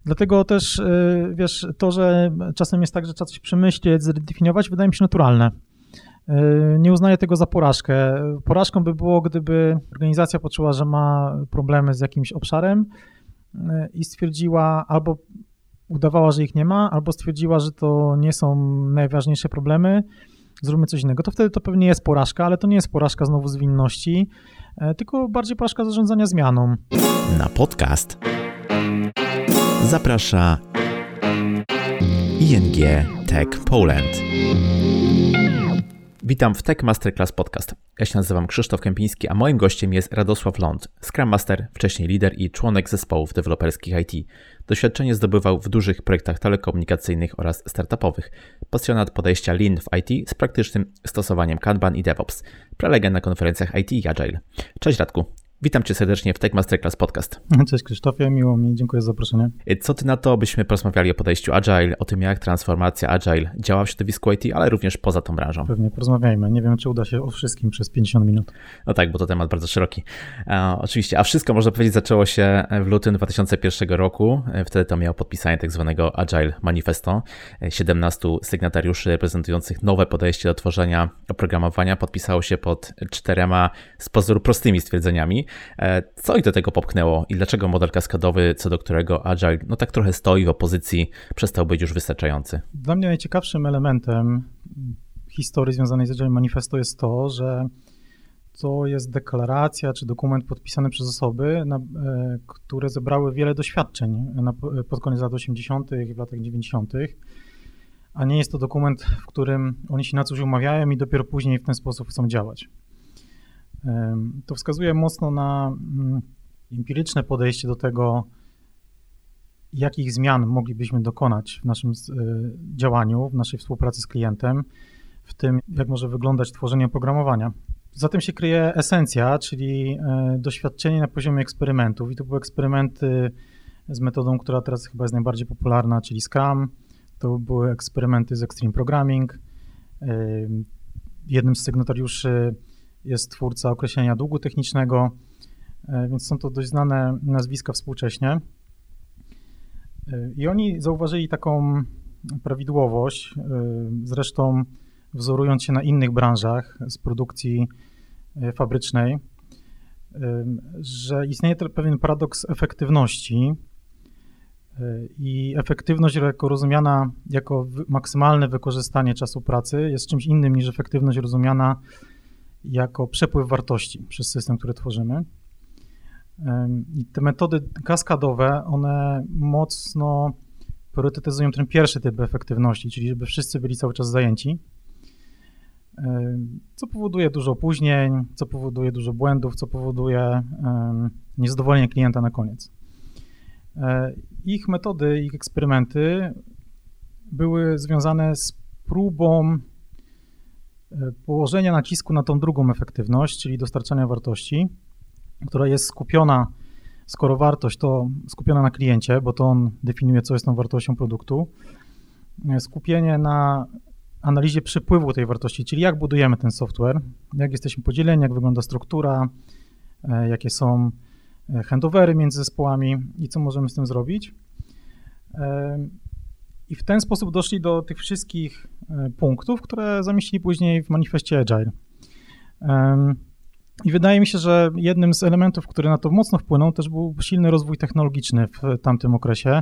Dlatego też, wiesz, to, że czasem jest tak, że trzeba coś przemyśleć, zredefiniować, wydaje mi się naturalne. Nie uznaję tego za porażkę. Porażką by było, gdyby organizacja poczuła, że ma problemy z jakimś obszarem i stwierdziła, albo udawała, że ich nie ma, albo stwierdziła, że to nie są najważniejsze problemy, zróbmy coś innego. To wtedy to pewnie jest porażka, ale to nie jest porażka znowu zwinności, tylko bardziej porażka zarządzania zmianą. Na podcast zaprasza ING Tech Poland. Witam w Tech Masterclass Podcast. Ja się nazywam Krzysztof Kępiński, a moim gościem jest Radosław Ląd, Scrum Master, wcześniej lider i członek zespołów deweloperskich IT. Doświadczenie zdobywał w dużych projektach telekomunikacyjnych oraz startupowych. Pasjonat podejścia Lean w IT z praktycznym stosowaniem Kanban i DevOps. Prelegent na konferencjach IT i Agile. Cześć Radku. Witam Cię serdecznie w Tech Masterclass Podcast. Cześć Krzysztofie, miło mi, dziękuję za zaproszenie. Co Ty na to, byśmy porozmawiali o podejściu Agile, o tym jak transformacja Agile działa w środowisku IT, ale również poza tą branżą? Pewnie porozmawiajmy. Nie wiem, czy uda się o wszystkim przez 50 minut. No tak, bo to temat bardzo szeroki. Oczywiście, a wszystko, można powiedzieć, zaczęło się w lutym 2001 roku. Wtedy to miało podpisanie tak zwanego Agile Manifesto. 17 sygnatariuszy reprezentujących nowe podejście do tworzenia oprogramowania podpisało się pod 4 z pozoru prostymi stwierdzeniami. Co ich do tego popchnęło i dlaczego model kaskadowy, co do którego Agile tak trochę stoi w opozycji, przestał być już wystarczający? Dla mnie najciekawszym elementem historii związanej z Agile Manifesto jest to, że to jest deklaracja czy dokument podpisany przez osoby, które zebrały wiele doświadczeń pod koniec lat 80. i w latach 90., a nie jest to dokument, w którym oni się na coś umawiają i dopiero później w ten sposób chcą działać. To wskazuje mocno na empiryczne podejście do tego, jakich zmian moglibyśmy dokonać w naszym działaniu, w naszej współpracy z klientem, w tym, jak może wyglądać tworzenie oprogramowania. Za tym się kryje esencja, czyli doświadczenie na poziomie eksperymentów. I to były eksperymenty z metodą, która teraz chyba jest najbardziej popularna, czyli Scrum. To były eksperymenty z Extreme Programming. Jednym z sygnatariuszy jest twórca określenia długu technicznego, więc są to dość znane nazwiska współcześnie. I oni zauważyli taką prawidłowość, zresztą wzorując się na innych branżach z produkcji fabrycznej, że istnieje pewien paradoks efektywności i efektywność jako rozumiana jako maksymalne wykorzystanie czasu pracy jest czymś innym niż efektywność rozumiana jako przepływ wartości przez system, który tworzymy. I te metody kaskadowe, one mocno priorytetyzują ten pierwszy typ efektywności, czyli żeby wszyscy byli cały czas zajęci, co powoduje dużo opóźnień, co powoduje dużo błędów, co powoduje niezadowolenie klienta na koniec. Ich metody, ich eksperymenty były związane z próbą położenia nacisku na tą drugą efektywność, czyli dostarczania wartości, która jest skupiona, skoro wartość to skupiona na kliencie, bo to on definiuje, co jest tą wartością produktu, skupienie na analizie przepływu tej wartości, czyli jak budujemy ten software, jak jesteśmy podzieleni, jak wygląda struktura, jakie są handovery między zespołami i co możemy z tym zrobić. I w ten sposób doszli do tych wszystkich punktów, które zamieścili później w manifestie Agile. I wydaje mi się, że jednym z elementów, który na to mocno wpłynął, też był silny rozwój technologiczny w tamtym okresie,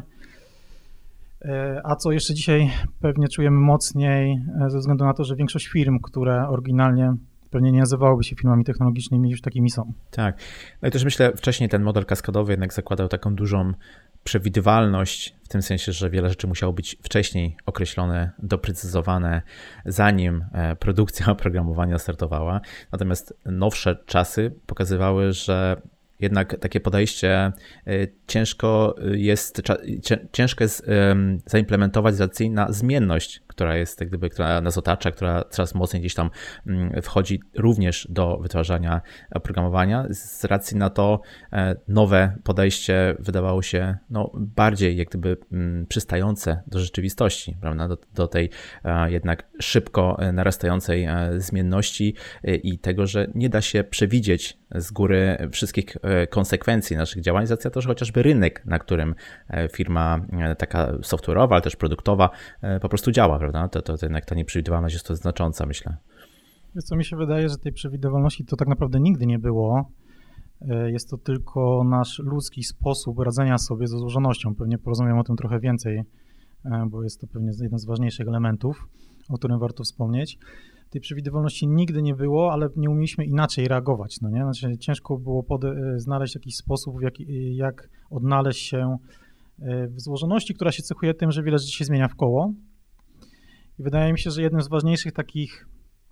a co jeszcze dzisiaj pewnie czujemy mocniej ze względu na to, że większość firm, które oryginalnie pewnie nie nazywałyby się firmami technologicznymi, już takimi są. Tak. No i też myślę, wcześniej ten model kaskadowy jednak zakładał taką dużą przewidywalność, w tym sensie, że wiele rzeczy musiało być wcześniej określone, doprecyzowane, zanim produkcja oprogramowania startowała. Natomiast nowsze czasy pokazywały, że jednak takie podejście ciężko jest zaimplementować z racji na zmienność, która jest jak gdyby, która nas otacza, która coraz mocniej gdzieś tam wchodzi również do wytwarzania oprogramowania. Z racji na to nowe podejście wydawało się bardziej jak gdyby przystające do rzeczywistości, prawda? Do tej jednak szybko narastającej zmienności i tego, że nie da się przewidzieć z góry wszystkich konsekwencji naszych działań, z racji na to, że chociażby rynek, na którym firma taka software'owa, ale też produktowa po prostu działa, prawda? To jednak ta nieprzewidywalność jest to znacząca, myślę. Wiesz co, mi się wydaje, że tej przewidywalności to tak naprawdę nigdy nie było. Jest to tylko nasz ludzki sposób radzenia sobie ze złożonością. Pewnie porozmawiam o tym trochę więcej, bo jest to pewnie jeden z ważniejszych elementów, o którym warto wspomnieć. Tej przewidywalności nigdy nie było, ale nie umieliśmy inaczej reagować, no nie? Znaczy ciężko było znaleźć jakiś sposób, jak odnaleźć się w złożoności, która się cechuje tym, że wiele rzeczy się zmienia w koło. I wydaje mi się, że jednym z ważniejszych takich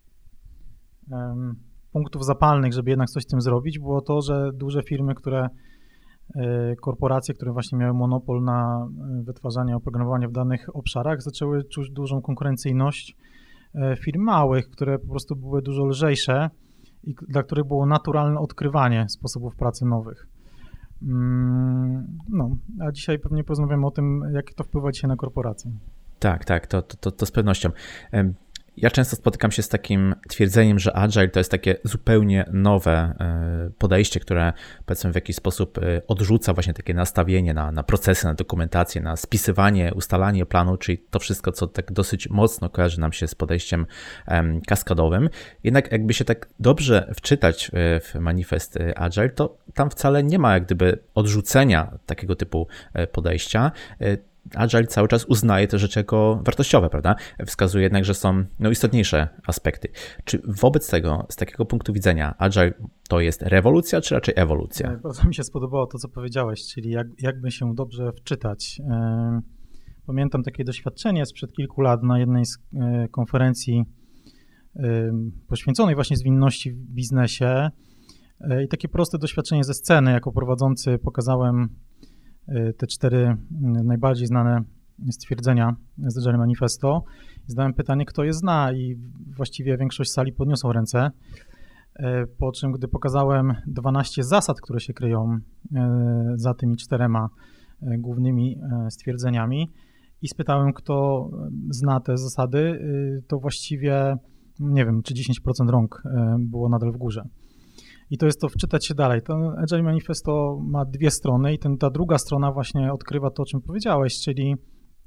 punktów zapalnych, żeby jednak coś z tym zrobić, było to, że duże firmy, korporacje, które właśnie miały monopol na wytwarzanie oprogramowania w danych obszarach, zaczęły czuć dużą konkurencyjność firm małych, które po prostu były dużo lżejsze i dla których było naturalne odkrywanie sposobów pracy nowych. A dzisiaj pewnie porozmawiamy o tym, jak to wpływa dzisiaj na korporacje. Tak, to z pewnością. Ja często spotykam się z takim twierdzeniem, że Agile to jest takie zupełnie nowe podejście, które powiedzmy w jakiś sposób odrzuca właśnie takie nastawienie na procesy, na dokumentację, na spisywanie, ustalanie planu, czyli to wszystko, co tak dosyć mocno kojarzy nam się z podejściem kaskadowym. Jednak jakby się tak dobrze wczytać w manifest Agile, to tam wcale nie ma jak gdyby odrzucenia takiego typu podejścia. Agile cały czas uznaje te rzeczy jako wartościowe, prawda? Wskazuje jednak, że są istotniejsze aspekty. Czy wobec tego, z takiego punktu widzenia, Agile to jest rewolucja, czy raczej ewolucja? Bardzo mi się spodobało to, co powiedziałeś, czyli jakby się dobrze wczytać. Pamiętam takie doświadczenie sprzed kilku lat na jednej z konferencji poświęconej właśnie zwinności w biznesie i takie proste doświadczenie ze sceny. Jako prowadzący pokazałem te 4 najbardziej znane stwierdzenia z Agile Manifesto. Zadałem pytanie, kto je zna i właściwie większość sali podniosła ręce, po czym gdy pokazałem 12 zasad, które się kryją za tymi 4 głównymi stwierdzeniami i spytałem, kto zna te zasady, to właściwie nie wiem, czy 10% rąk było nadal w górze. I to jest to wczytać się dalej. To Agile Manifesto ma 2 strony i ta druga strona właśnie odkrywa to, o czym powiedziałeś, czyli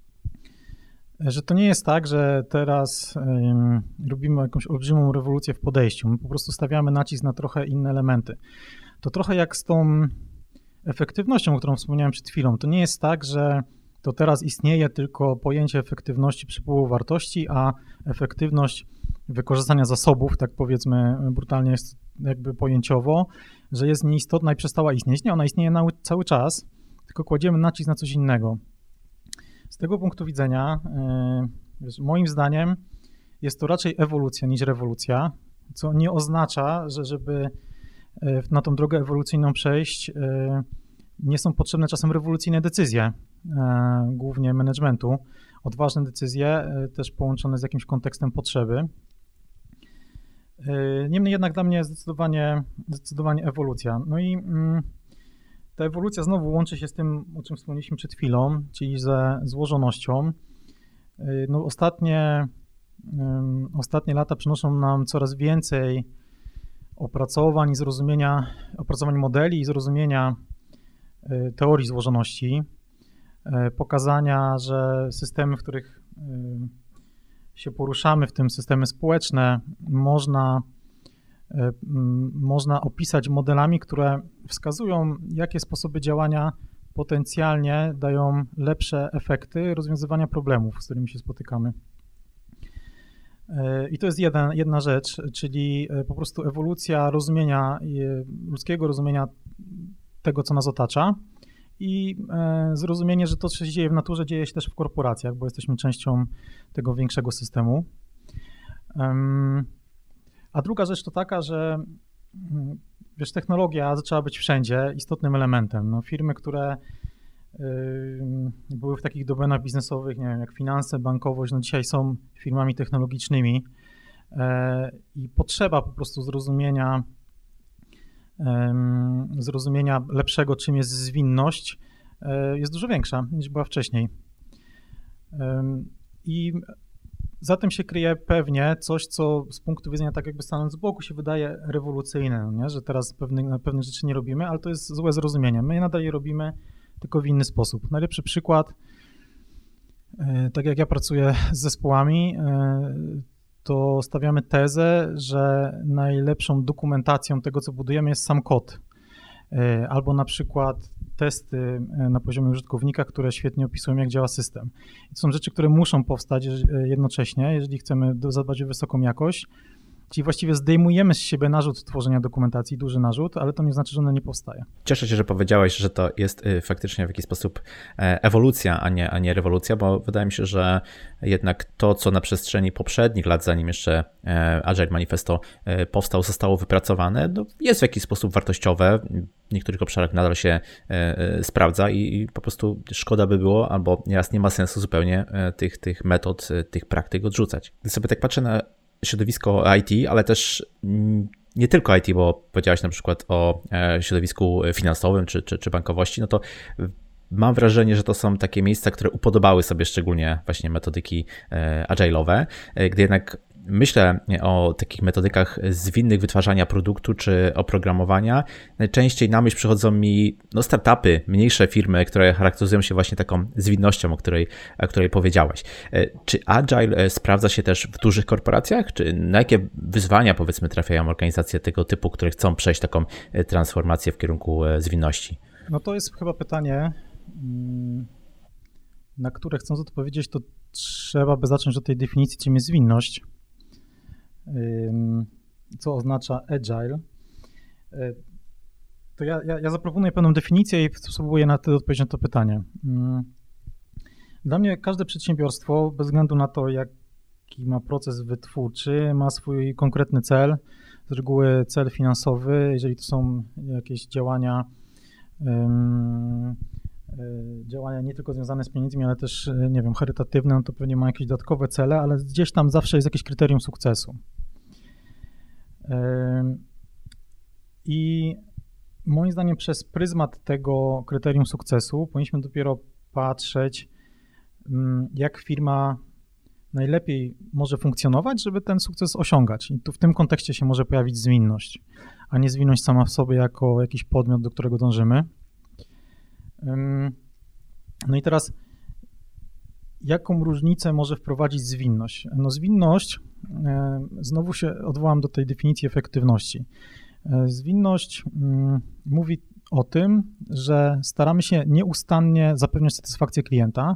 że to nie jest tak, że teraz robimy jakąś olbrzymią rewolucję w podejściu. My po prostu stawiamy nacisk na trochę inne elementy. To trochę jak z tą efektywnością, o którą wspomniałem przed chwilą. To nie jest tak, że to teraz istnieje tylko pojęcie efektywności przepływu wartości, a efektywność wykorzystania zasobów, tak powiedzmy brutalnie jest jakby pojęciowo, że jest nieistotna i przestała istnieć. Nie, ona istnieje cały czas, tylko kładziemy nacisk na coś innego. Z tego punktu widzenia, moim zdaniem, jest to raczej ewolucja niż rewolucja, co nie oznacza, że żeby na tą drogę ewolucyjną przejść, nie są potrzebne czasem rewolucyjne decyzje, głównie managementu, odważne decyzje, też połączone z jakimś kontekstem potrzeby. Niemniej jednak dla mnie zdecydowanie ewolucja. No i ta ewolucja znowu łączy się z tym, o czym wspomnieliśmy przed chwilą, czyli ze złożonością. No ostatnie lata przynoszą nam coraz więcej opracowań modeli i zrozumienia teorii złożoności, pokazania, że systemy, w których się poruszamy, w tym systemy społeczne, można opisać modelami, które wskazują, jakie sposoby działania potencjalnie dają lepsze efekty rozwiązywania problemów, z którymi się spotykamy. I to jest jedna rzecz, czyli po prostu ewolucja ludzkiego rozumienia tego, co nas otacza i zrozumienie, że to, co się dzieje w naturze, dzieje się też w korporacjach, bo jesteśmy częścią tego większego systemu. A druga rzecz to taka, że technologia zaczęła być wszędzie istotnym elementem. No, firmy, które były były w takich domenach biznesowych, nie wiem, jak finanse, bankowość, no dzisiaj są firmami technologicznymi i potrzeba po prostu zrozumienia lepszego, czym jest zwinność, jest dużo większa niż była wcześniej. I za tym się kryje pewnie coś, co z punktu widzenia, tak jakby stanąc z boku, się wydaje rewolucyjne, no nie? Że teraz pewnych rzeczy nie robimy, ale to jest złe zrozumienie. My je nadal je robimy, tylko w inny sposób. Najlepszy przykład, tak jak ja pracuję z zespołami, to stawiamy tezę, że najlepszą dokumentacją tego, co budujemy, jest sam kod. Albo na przykład testy na poziomie użytkownika, które świetnie opisują, jak działa system. I to są rzeczy, które muszą powstać jednocześnie, jeżeli chcemy zadbać o wysoką jakość. Czyli właściwie zdejmujemy z siebie narzut tworzenia dokumentacji, duży narzut, ale to nie znaczy, że ona nie powstaje. Cieszę się, że powiedziałeś, że to jest faktycznie w jakiś sposób ewolucja, a nie rewolucja, bo wydaje mi się, że jednak to, co na przestrzeni poprzednich lat, zanim jeszcze Agile Manifesto powstał, zostało wypracowane, no jest w jakiś sposób wartościowe. W niektórych obszarach nadal się sprawdza i po prostu szkoda by było, albo nieraz nie ma sensu zupełnie tych metod, tych praktyk odrzucać. Gdy sobie tak patrzę na środowisko IT, ale też nie tylko IT, bo powiedziałeś na przykład o środowisku finansowym czy bankowości, no to mam wrażenie, że to są takie miejsca, które upodobały sobie szczególnie właśnie metodyki agile'owe, gdy jednak myślę o takich metodykach zwinnych wytwarzania produktu czy oprogramowania, najczęściej na myśl przychodzą mi startupy, mniejsze firmy, które charakteryzują się właśnie taką zwinnością, o której powiedziałeś. Czy Agile sprawdza się też w dużych korporacjach? Czy na jakie wyzwania, powiedzmy, trafiają organizacje tego typu, które chcą przejść taką transformację w kierunku zwinności? No to jest chyba pytanie, na które chcąc odpowiedzieć, to trzeba by zacząć od tej definicji, czym jest zwinność. Co oznacza agile, to ja zaproponuję pewną definicję i spróbuję odpowiedzieć na to pytanie. Dla mnie każde przedsiębiorstwo, bez względu na to, jaki ma proces wytwórczy, ma swój konkretny cel, z reguły cel finansowy, jeżeli to są jakieś działania nie tylko związane z pieniędzmi, ale też, nie wiem, charytatywne, no to pewnie ma jakieś dodatkowe cele, ale gdzieś tam zawsze jest jakieś kryterium sukcesu. I moim zdaniem przez pryzmat tego kryterium sukcesu powinniśmy dopiero patrzeć, jak firma najlepiej może funkcjonować, żeby ten sukces osiągać. I tu w tym kontekście się może pojawić zwinność, a nie zwinność sama w sobie jako jakiś podmiot, do którego dążymy. No i teraz, jaką różnicę może wprowadzić zwinność? No zwinność, znowu się odwołam do tej definicji efektywności. Zwinność mówi o tym, że staramy się nieustannie zapewniać satysfakcję klienta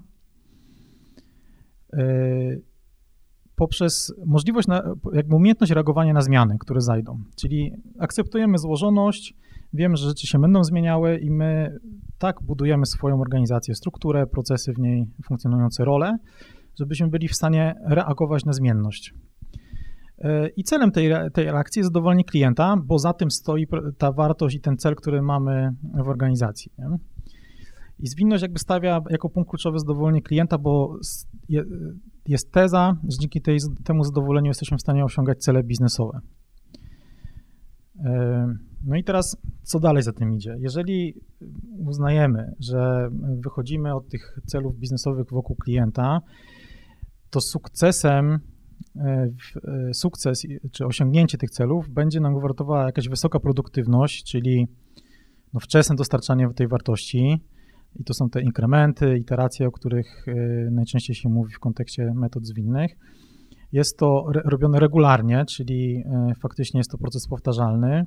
poprzez możliwość, jakby umiejętność reagowania na zmiany, które zajdą. Czyli akceptujemy złożoność, wiemy, że rzeczy się będą zmieniały i my tak budujemy swoją organizację, strukturę, procesy w niej funkcjonujące, role, żebyśmy byli w stanie reagować na zmienność. I celem tej reakcji jest zadowolenie klienta, bo za tym stoi ta wartość i ten cel, który mamy w organizacji. Nie? I zwinność jakby stawia jako punkt kluczowy zadowolenie klienta, bo jest teza, że dzięki temu zadowoleniu jesteśmy w stanie osiągać cele biznesowe. No i teraz, co dalej za tym idzie? Jeżeli uznajemy, że wychodzimy od tych celów biznesowych wokół klienta, to sukces czy osiągnięcie tych celów będzie nam gwarantowała jakaś wysoka produktywność, czyli wczesne dostarczanie tej wartości. I to są te inkrementy, iteracje, o których najczęściej się mówi w kontekście metod zwinnych. Jest to robione regularnie, czyli faktycznie jest to proces powtarzalny.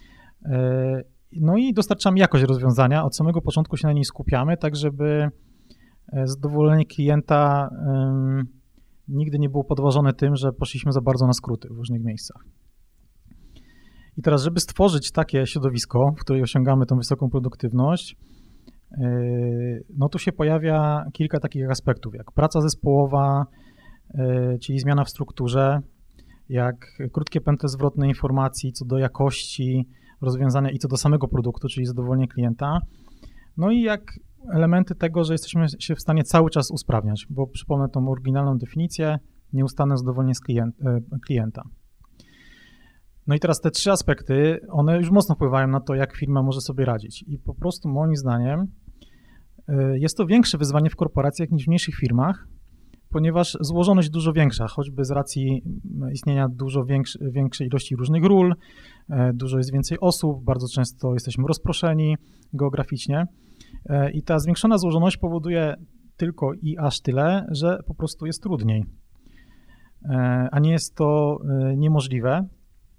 No i dostarczamy jakość rozwiązania. Od samego początku się na niej skupiamy, tak żeby zadowolenie klienta nigdy nie było podważone tym, że poszliśmy za bardzo na skróty w różnych miejscach. I teraz, żeby stworzyć takie środowisko, w którym osiągamy tą wysoką produktywność, no tu się pojawia kilka takich aspektów, jak praca zespołowa, czyli zmiana w strukturze, jak krótkie pętle zwrotne informacji co do jakości rozwiązania i co do samego produktu, czyli zadowolenie klienta, no i jak elementy tego, że jesteśmy się w stanie cały czas usprawniać, bo przypomnę tą oryginalną definicję, nieustanne zadowolenie z klienta. No i teraz te 3 aspekty, one już mocno wpływają na to, jak firma może sobie radzić. I po prostu moim zdaniem jest to większe wyzwanie w korporacjach niż w mniejszych firmach, ponieważ złożoność dużo większa, choćby z racji istnienia dużo większej ilości różnych ról, dużo jest więcej osób, bardzo często jesteśmy rozproszeni geograficznie i ta zwiększona złożoność powoduje tylko i aż tyle, że po prostu jest trudniej, a nie jest to niemożliwe.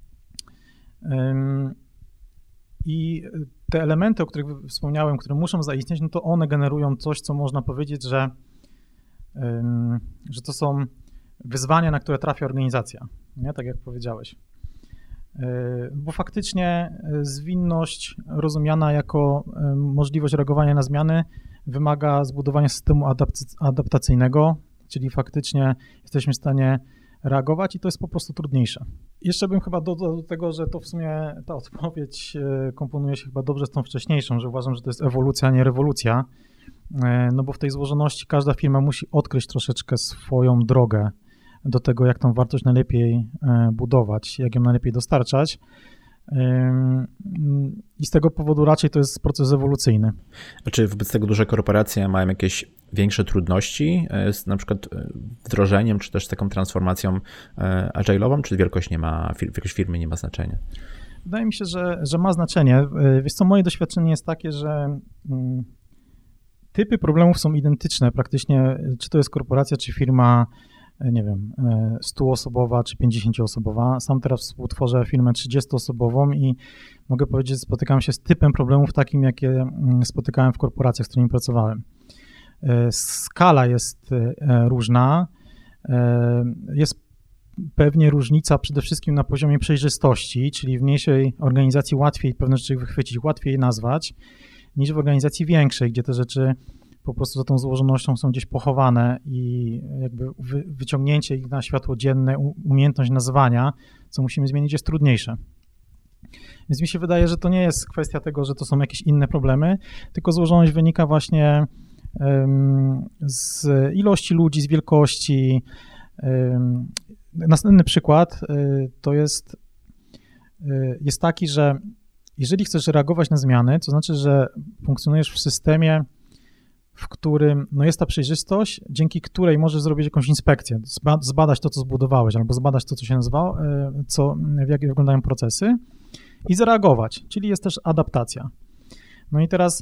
I te elementy, o których wspomniałem, które muszą zaistnieć, no to one generują coś, co można powiedzieć, że to są wyzwania, na które trafia organizacja, nie? Tak jak powiedziałeś. Bo faktycznie zwinność rozumiana jako możliwość reagowania na zmiany wymaga zbudowania systemu adaptacyjnego, czyli faktycznie jesteśmy w stanie reagować i to jest po prostu trudniejsze. Jeszcze bym chyba dodał do tego, że to w sumie ta odpowiedź komponuje się chyba dobrze z tą wcześniejszą, że uważam, że to jest ewolucja, a nie rewolucja, no bo w tej złożoności każda firma musi odkryć troszeczkę swoją drogę do tego, jak tą wartość najlepiej budować, jak ją najlepiej dostarczać. I z tego powodu raczej to jest proces ewolucyjny. A czy wobec tego duże korporacje mają jakieś większe trudności z na przykład wdrożeniem, czy też taką transformacją agile'ową, czy wielkość firmy nie ma znaczenia? Wydaje mi się, że ma znaczenie. Wiesz co, moje doświadczenie jest takie, że typy problemów są identyczne praktycznie, czy to jest korporacja, czy firma, nie wiem, 100-osobowa czy 50-osobowa. Sam teraz współtworzę firmę 30-osobową i mogę powiedzieć, że spotykam się z typem problemów takim, jakie spotykałem w korporacjach, z którymi pracowałem. Skala jest różna, jest pewnie różnica przede wszystkim na poziomie przejrzystości, czyli w mniejszej organizacji łatwiej pewne rzeczy wychwycić, łatwiej je nazwać, niż w organizacji większej, gdzie te rzeczy po prostu za tą złożonością są gdzieś pochowane i jakby wyciągnięcie ich na światło dzienne, umiejętność nazwania, co musimy zmienić, jest trudniejsze. Więc mi się wydaje, że to nie jest kwestia tego, że to są jakieś inne problemy, tylko złożoność wynika właśnie z ilości ludzi, z wielkości. Następny przykład to jest taki, że jeżeli chcesz reagować na zmiany, to znaczy, że funkcjonujesz w systemie, w którym jest ta przejrzystość, dzięki której możesz zrobić jakąś inspekcję, zbadać to, co zbudowałeś, albo zbadać to, co się nazywało, jak wyglądają procesy i zareagować, czyli jest też adaptacja. No i teraz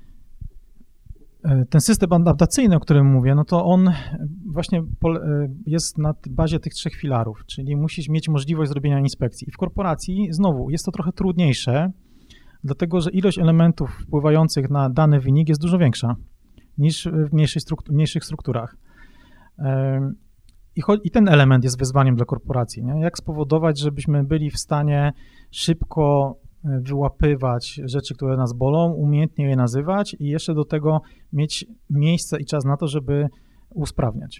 ten system adaptacyjny, o którym mówię, no to on właśnie jest na bazie tych 3 filarów, czyli musisz mieć możliwość zrobienia inspekcji. I w korporacji znowu jest to trochę trudniejsze, dlatego że ilość elementów wpływających na dany wynik jest dużo większa niż w mniejszych strukturach. I ten element jest wyzwaniem dla korporacji. Nie? Jak spowodować, żebyśmy byli w stanie szybko wyłapywać rzeczy, które nas bolą, umiejętnie je nazywać i jeszcze do tego mieć miejsce i czas na to, żeby usprawniać.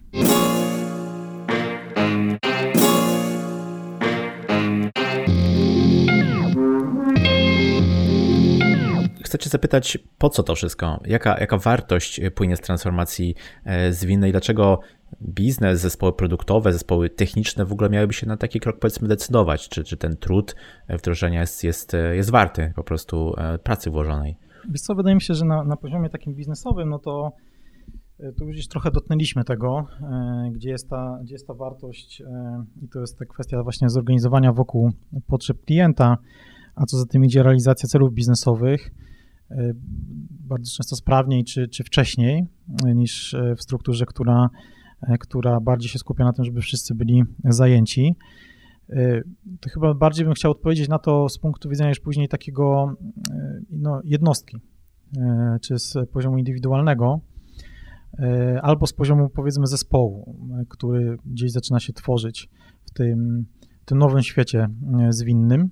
Chcę cię zapytać, po co to wszystko? Jaka wartość płynie z transformacji zwinnej? Dlaczego biznes, zespoły produktowe, zespoły techniczne w ogóle miałyby się na taki krok, powiedzmy, decydować? Czy ten trud wdrożenia jest warty po prostu pracy włożonej? Wiesz co, wydaje mi się, że na poziomie takim biznesowym, no to tu już trochę dotknęliśmy tego, gdzie jest ta wartość i to jest ta kwestia właśnie zorganizowania wokół potrzeb klienta, a co za tym idzie realizacja celów biznesowych bardzo często sprawniej czy wcześniej niż w strukturze, która bardziej się skupia na tym, żeby wszyscy byli zajęci. To chyba bardziej bym chciał odpowiedzieć na to z punktu widzenia już później takiego jednostki, czy z poziomu indywidualnego, albo z poziomu, powiedzmy, zespołu, który gdzieś zaczyna się tworzyć w tym nowym świecie zwinnym.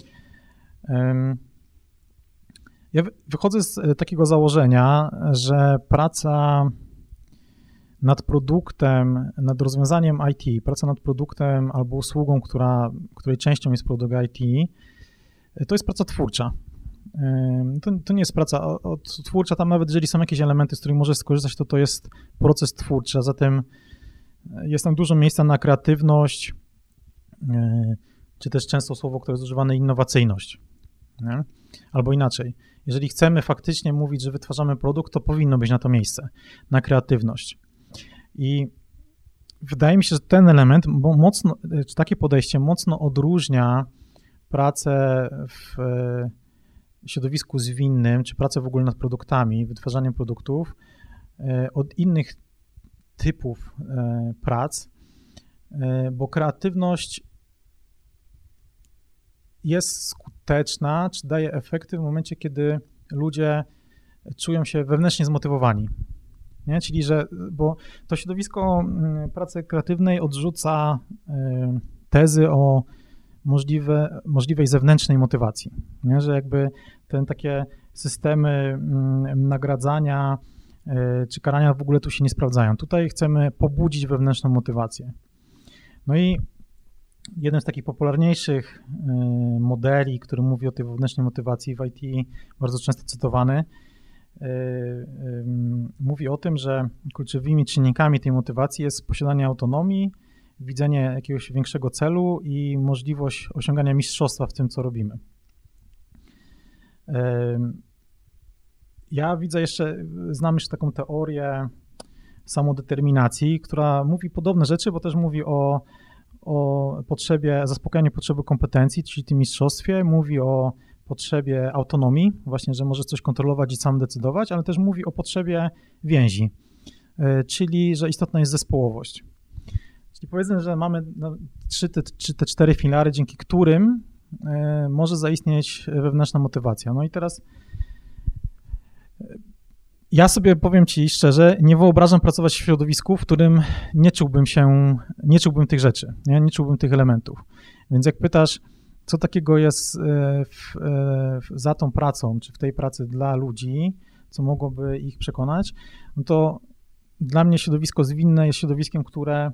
Ja wychodzę z takiego założenia, że praca nad produktem, nad rozwiązaniem IT, praca nad produktem albo usługą, której częścią jest produkt IT, to jest praca twórcza. to nie jest praca twórcza, tam nawet jeżeli są jakieś elementy, z których możesz skorzystać, to jest proces twórczy, a zatem jest tam dużo miejsca na kreatywność, czy też często słowo, które jest używane, innowacyjność. Nie? Albo inaczej, jeżeli chcemy faktycznie mówić, że wytwarzamy produkt, to powinno być na to miejsce, na kreatywność. I wydaje mi się, że ten element, czy takie podejście mocno odróżnia pracę w środowisku zwinnym, czy pracę w ogóle nad produktami, wytwarzaniem produktów od innych typów prac, bo kreatywność jest skuteczna, czy daje efekty w momencie, kiedy ludzie czują się wewnętrznie zmotywowani. Nie? Czyli, bo to środowisko pracy kreatywnej odrzuca tezy o możliwej zewnętrznej motywacji. Nie? Że jakby takie systemy nagradzania czy karania w ogóle tu się nie sprawdzają. Tutaj chcemy pobudzić wewnętrzną motywację. No i jeden z takich popularniejszych modeli, który mówi o tej wewnętrznej motywacji w IT, bardzo często cytowany, mówi o tym, że kluczowymi czynnikami tej motywacji jest posiadanie autonomii, widzenie jakiegoś większego celu i możliwość osiągania mistrzostwa w tym, co robimy. Ja znam jeszcze taką teorię samodeterminacji, która mówi podobne rzeczy, bo też mówi o zaspokajaniu potrzeby kompetencji, czyli tym mistrzostwie, mówi o potrzebie autonomii, właśnie, że może coś kontrolować i sam decydować, ale też mówi o potrzebie więzi, czyli że istotna jest zespołowość. Czyli powiedzmy, że mamy te 4 filary, dzięki którym może zaistnieć wewnętrzna motywacja. No i teraz ja sobie powiem Ci szczerze, nie wyobrażam pracować w środowisku, w którym nie czułbym tych rzeczy, nie czułbym tych elementów. Więc jak pytasz, co takiego jest za tą pracą, czy w tej pracy dla ludzi, co mogłoby ich przekonać, no to dla mnie środowisko zwinne jest środowiskiem, które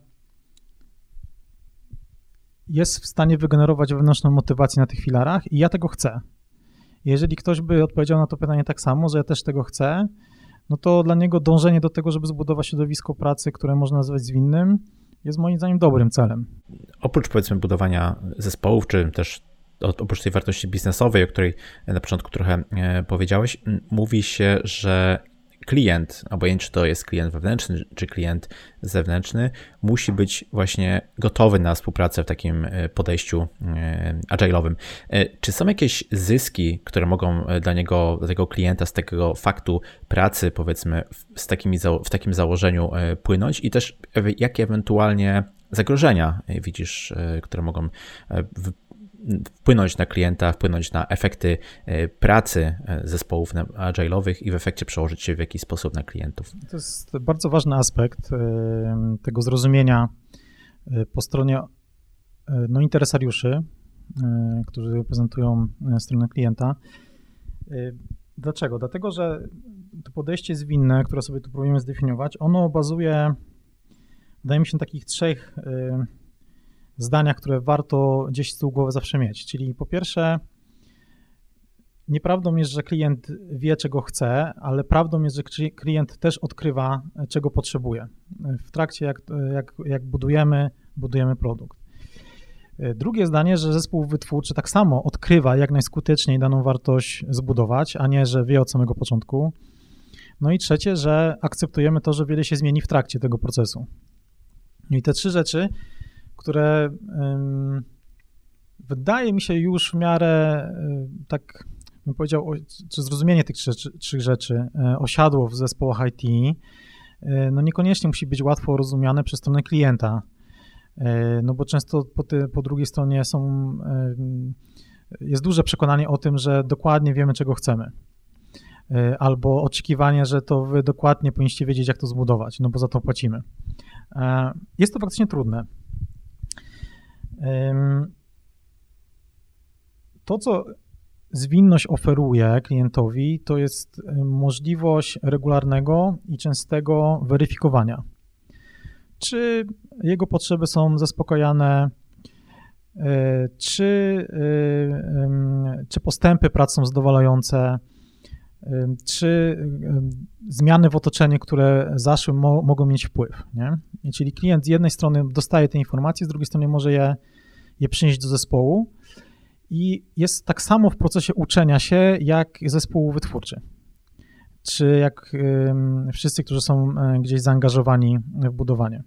jest w stanie wygenerować wewnętrzną motywację na tych filarach i ja tego chcę. Jeżeli ktoś by odpowiedział na to pytanie tak samo, że ja też tego chcę, no to dla niego dążenie do tego, żeby zbudować środowisko pracy, które można nazwać zwinnym, jest moim zdaniem dobrym celem. Oprócz, powiedzmy, budowania zespołów, czy też oprócz tej wartości biznesowej, o której na początku trochę powiedziałeś, mówi się, że klient, obojętnie czy to jest klient wewnętrzny, czy klient zewnętrzny, musi być właśnie gotowy na współpracę w takim podejściu agile'owym. Czy są jakieś zyski, które mogą dla tego klienta z takiego faktu pracy, powiedzmy, w takim założeniu płynąć i też jakie ewentualnie zagrożenia widzisz, które mogą wpłynąć na klienta, wpłynąć na efekty pracy zespołów agile'owych i w efekcie przełożyć się w jakiś sposób na klientów? To jest bardzo ważny aspekt tego zrozumienia po stronie interesariuszy, którzy reprezentują stronę klienta. Dlaczego? Dlatego, że to podejście zwinne, które sobie tu próbujemy zdefiniować, ono bazuje, wydaje mi się, na takich 3 zdaniach, które warto gdzieś z tyłu głowy zawsze mieć. Czyli po pierwsze, nieprawdą jest, że klient wie, czego chce, ale prawdą jest, że klient też odkrywa, czego potrzebuje. W trakcie, jak budujemy produkt. Drugie zdanie, że zespół wytwórczy tak samo odkrywa, jak najskuteczniej daną wartość zbudować, a nie, że wie od samego początku. No i trzecie, że akceptujemy to, że wiele się zmieni w trakcie tego procesu. I te 3 rzeczy, które wydaje mi się już w miarę, tak bym powiedział, czy zrozumienie tych 3 rzeczy osiadło w zespołach IT, no niekoniecznie musi być łatwo rozumiane przez stronę klienta, no bo często po drugiej stronie jest duże przekonanie o tym, że dokładnie wiemy, czego chcemy, albo oczekiwanie, że to wy dokładnie powinniście wiedzieć, jak to zbudować, no bo za to płacimy. Jest to faktycznie trudne. To, co zwinność oferuje klientowi, to jest możliwość regularnego i częstego weryfikowania, czy jego potrzeby są zaspokajane czy postępy prac są zadowalające, czy zmiany w otoczeniu, które zaszły, mogą mieć wpływ, nie? Czyli klient z jednej strony dostaje te informacje, z drugiej strony może je przynieść do zespołu i jest tak samo w procesie uczenia się, jak zespół wytwórczy, czy jak wszyscy, którzy są gdzieś zaangażowani w budowanie.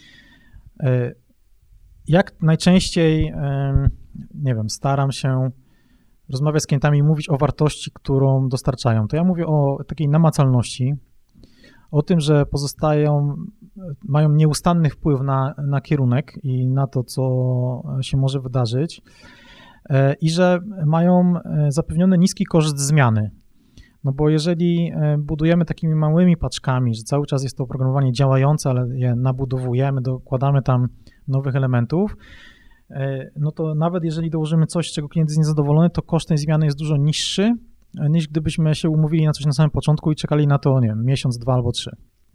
Jak najczęściej, nie wiem, staram się rozmawiać z klientami i mówić o wartości, którą dostarczają. To ja mówię o takiej namacalności, o tym, że mają nieustanny wpływ na kierunek i na to, co się może wydarzyć i że mają zapewniony niski koszt zmiany. No bo jeżeli budujemy takimi małymi paczkami, że cały czas jest to oprogramowanie działające, ale je nabudowujemy, dokładamy tam nowych elementów, no to nawet jeżeli dołożymy coś, z czego klient jest niezadowolony, to koszt tej zmiany jest dużo niższy, niż gdybyśmy się umówili na coś na samym początku i czekali na to, nie wiem, miesiąc, 2 albo 3.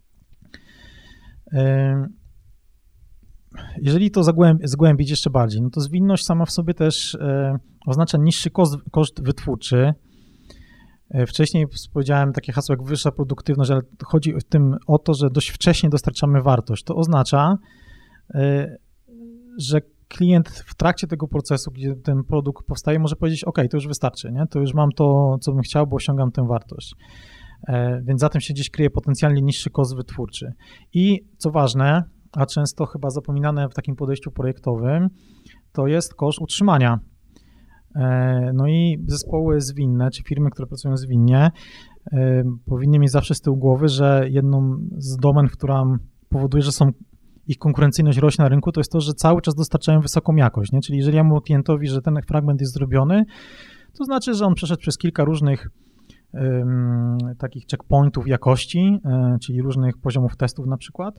Jeżeli to zgłębić jeszcze bardziej, no to zwinność sama w sobie też oznacza niższy koszt wytwórczy. Wcześniej powiedziałem takie hasło jak wyższa produktywność, ale chodzi o to, że dość wcześnie dostarczamy wartość. To oznacza, że klient w trakcie tego procesu, gdzie ten produkt powstaje, może powiedzieć, OK, to już wystarczy, nie? To już mam to, co bym chciał, bo osiągam tę wartość. Więc za tym się gdzieś kryje potencjalnie niższy koszt wytwórczy. I co ważne, a często chyba zapominane w takim podejściu projektowym, to jest koszt utrzymania. No i zespoły zwinne, czy firmy, które pracują zwinnie, powinny mieć zawsze z tyłu głowy, że jedną z domen, która powoduje, że ich konkurencyjność rośnie na rynku, to jest to, że cały czas dostarczają wysoką jakość, nie? Czyli jeżeli ja mówię klientowi, że ten fragment jest zrobiony, to znaczy, że on przeszedł przez kilka różnych takich checkpointów jakości, czyli różnych poziomów testów na przykład,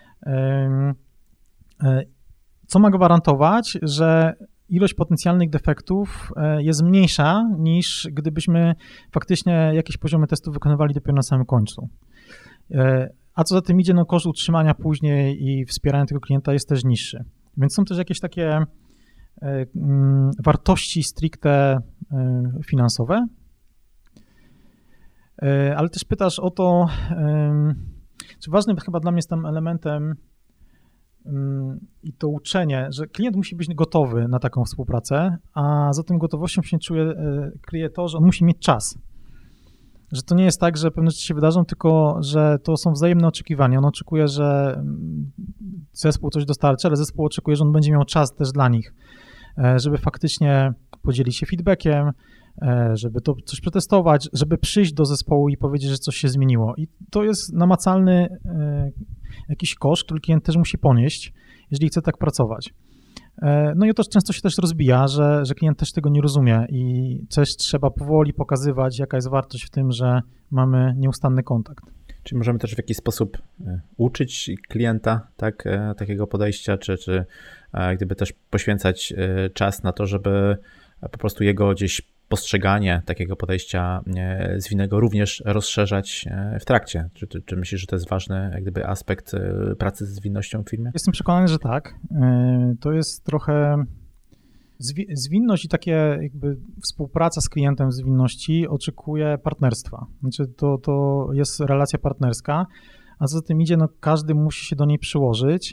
co ma gwarantować, że ilość potencjalnych defektów jest mniejsza niż gdybyśmy faktycznie jakieś poziomy testów wykonywali dopiero na samym końcu. A co za tym idzie, no koszt utrzymania później i wspierania tego klienta jest też niższy. Więc są też jakieś takie wartości stricte finansowe, ale też pytasz o to, czy ważnym chyba dla mnie jest tam elementem i to uczenie, że klient musi być gotowy na taką współpracę, a za tym gotowością się kryje to, że on musi mieć czas. Że to nie jest tak, że pewne rzeczy się wydarzą, tylko że to są wzajemne oczekiwania. On oczekuje, że zespół coś dostarczy, ale zespół oczekuje, że on będzie miał czas też dla nich, żeby faktycznie podzielić się feedbackiem, żeby to coś przetestować, żeby przyjść do zespołu i powiedzieć, że coś się zmieniło. I to jest namacalny jakiś koszt, który klient też musi ponieść, jeżeli chce tak pracować. No i to często się też rozbija, że klient też tego nie rozumie i też trzeba powoli pokazywać, jaka jest wartość w tym, że mamy nieustanny kontakt. Czy możemy też w jakiś sposób uczyć klienta takiego podejścia, czy gdyby też poświęcać czas na to, żeby po prostu jego gdzieś postrzeganie takiego podejścia zwinnego również rozszerzać w trakcie? Czy myślisz, że to jest ważny jak gdyby aspekt pracy z zwinnością w firmie? Jestem przekonany, że tak. To jest trochę zwinność i takie jakby współpraca z klientem w zwinności oczekuje partnerstwa. Znaczy to jest relacja partnerska, a za tym idzie, no każdy musi się do niej przyłożyć.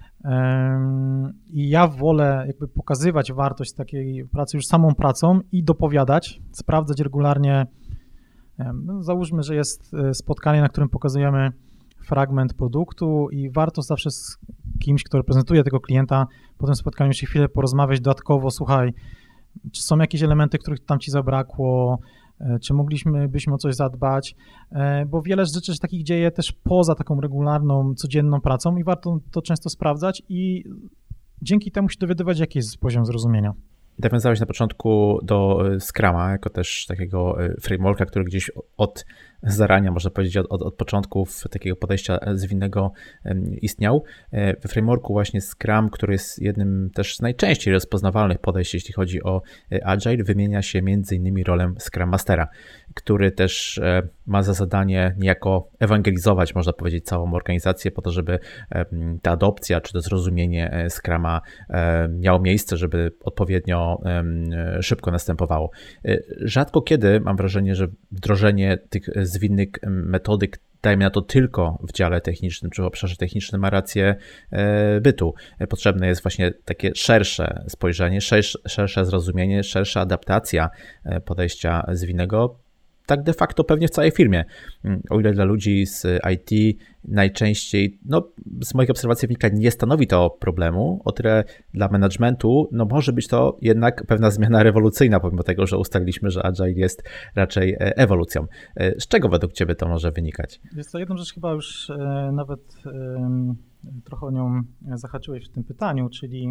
I ja wolę jakby pokazywać wartość takiej pracy już samą pracą i dopowiadać, sprawdzać regularnie. No załóżmy, że jest spotkanie, na którym pokazujemy fragment produktu i warto zawsze z kimś, kto reprezentuje tego klienta, po tym spotkaniu się chwilę porozmawiać dodatkowo, słuchaj, czy są jakieś elementy, których tam ci zabrakło, czy moglibyśmy o coś zadbać, bo wiele rzeczy się takich dzieje też poza taką regularną, codzienną pracą i warto to często sprawdzać i dzięki temu się dowiadywać, jaki jest poziom zrozumienia. Nawiązałeś na początku do Scruma, jako też takiego frameworka, który gdzieś od zarania, można powiedzieć od początków takiego podejścia zwinnego istniał. We frameworku właśnie Scrum, który jest jednym też z najczęściej rozpoznawalnych podejść, jeśli chodzi o Agile, wymienia się m.in. rolę Scrum Mastera, który też ma za zadanie niejako ewangelizować, można powiedzieć, całą organizację po to, żeby ta adopcja czy to zrozumienie Scruma miało miejsce, żeby odpowiednio szybko następowało. Rzadko kiedy mam wrażenie, że wdrożenie tych zwinnych metodyk, dajmy na to tylko w dziale technicznym czy w obszarze technicznym, ma rację bytu. Potrzebne jest właśnie takie szersze spojrzenie, szersze zrozumienie, szersza adaptacja podejścia zwinnego, tak de facto pewnie w całej firmie. O ile dla ludzi z IT najczęściej, z moich obserwacji wynika, nie stanowi to problemu, o tyle dla managementu, może być to jednak pewna zmiana rewolucyjna, pomimo tego, że ustaliliśmy, że Agile jest raczej ewolucją. Z czego według Ciebie to może wynikać? Jest to jedną rzecz, chyba już nawet trochę o nią zahaczyłeś w tym pytaniu, czyli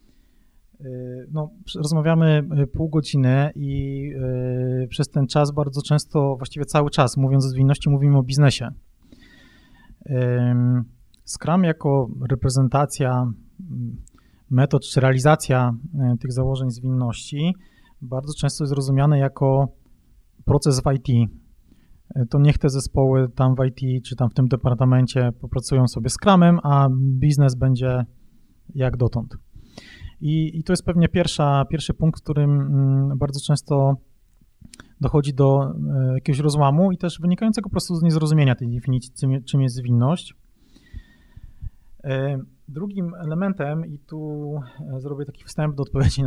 rozmawiamy pół godziny i przez ten czas bardzo często, właściwie cały czas, mówiąc o zwinności, mówimy o biznesie. Scrum jako reprezentacja metod czy realizacja tych założeń zwinności bardzo często jest rozumiane jako proces w IT. To niech te zespoły tam w IT czy tam w tym departamencie popracują sobie Scrumem, a biznes będzie jak dotąd. I to jest pewnie pierwszy punkt, w którym bardzo często dochodzi do jakiegoś rozłamu i też wynikającego po prostu z niezrozumienia tej definicji, czym jest zwinność. Drugim elementem, i tu zrobię taki wstęp do odpowiedzi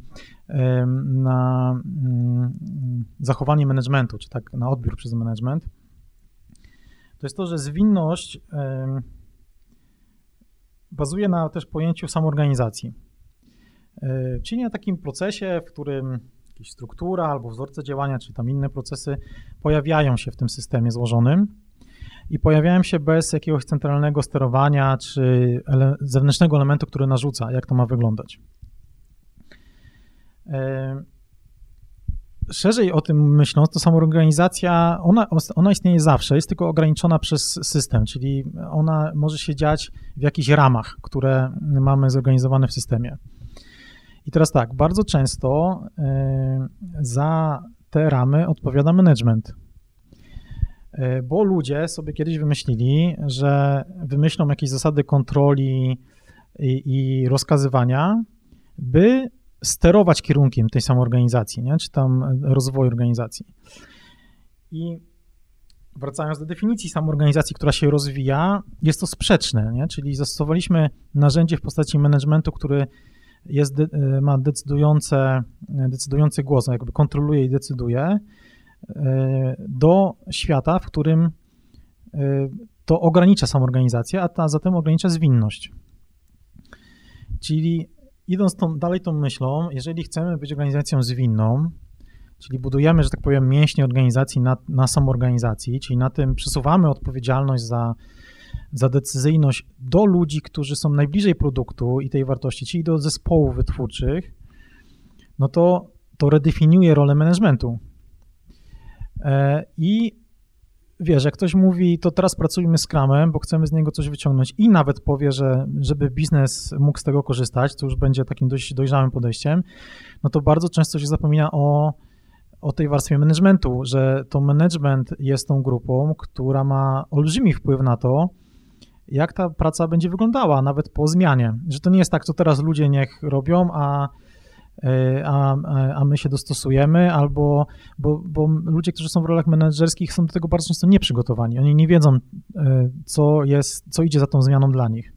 na zachowanie managementu, czy tak na odbiór przez management, to jest to, że zwinność bazuje na też pojęciu samoorganizacji. Czyli na takim procesie, w którym jakaś struktura albo wzorce działania, czy tam inne procesy pojawiają się w tym systemie złożonym i pojawiają się bez jakiegoś centralnego sterowania, czy zewnętrznego elementu, który narzuca, jak to ma wyglądać. Szerzej o tym myśląc, to samoorganizacja, ona istnieje zawsze, jest tylko ograniczona przez system, czyli ona może się dziać w jakichś ramach, które mamy zorganizowane w systemie. I teraz tak, bardzo często za te ramy odpowiada management, bo ludzie sobie kiedyś wymyślili, że wymyślą jakieś zasady kontroli i rozkazywania, by sterować kierunkiem tej samoorganizacji, nie? Czy tam rozwoju organizacji. I wracając do definicji samoorganizacji, która się rozwija, jest to sprzeczne, nie? Czyli zastosowaliśmy narzędzie w postaci managementu, który ma decydujący głos, jakby kontroluje i decyduje, do świata, w którym to ogranicza samoorganizację, a zatem ogranicza zwinność. Czyli idąc dalej tą myślą, jeżeli chcemy być organizacją zwinną, czyli budujemy, że tak powiem, mięśnie organizacji na samoorganizacji, czyli na tym przesuwamy odpowiedzialność za decyzyjność do ludzi, którzy są najbliżej produktu i tej wartości, czyli do zespołów wytwórczych, no to redefiniuje rolę managementu. I wiesz, jak ktoś mówi, to teraz pracujmy z Scrumem, bo chcemy z niego coś wyciągnąć i nawet powie, że żeby biznes mógł z tego korzystać, to już będzie takim dość dojrzałym podejściem, no to bardzo często się zapomina o tej warstwie managementu, że to management jest tą grupą, która ma olbrzymi wpływ na to, jak ta praca będzie wyglądała, nawet po zmianie. Że to nie jest tak, co teraz ludzie niech robią, a my się dostosujemy, bo ludzie, którzy są w rolach menedżerskich, są do tego bardzo często nieprzygotowani. Oni nie wiedzą, co idzie za tą zmianą dla nich.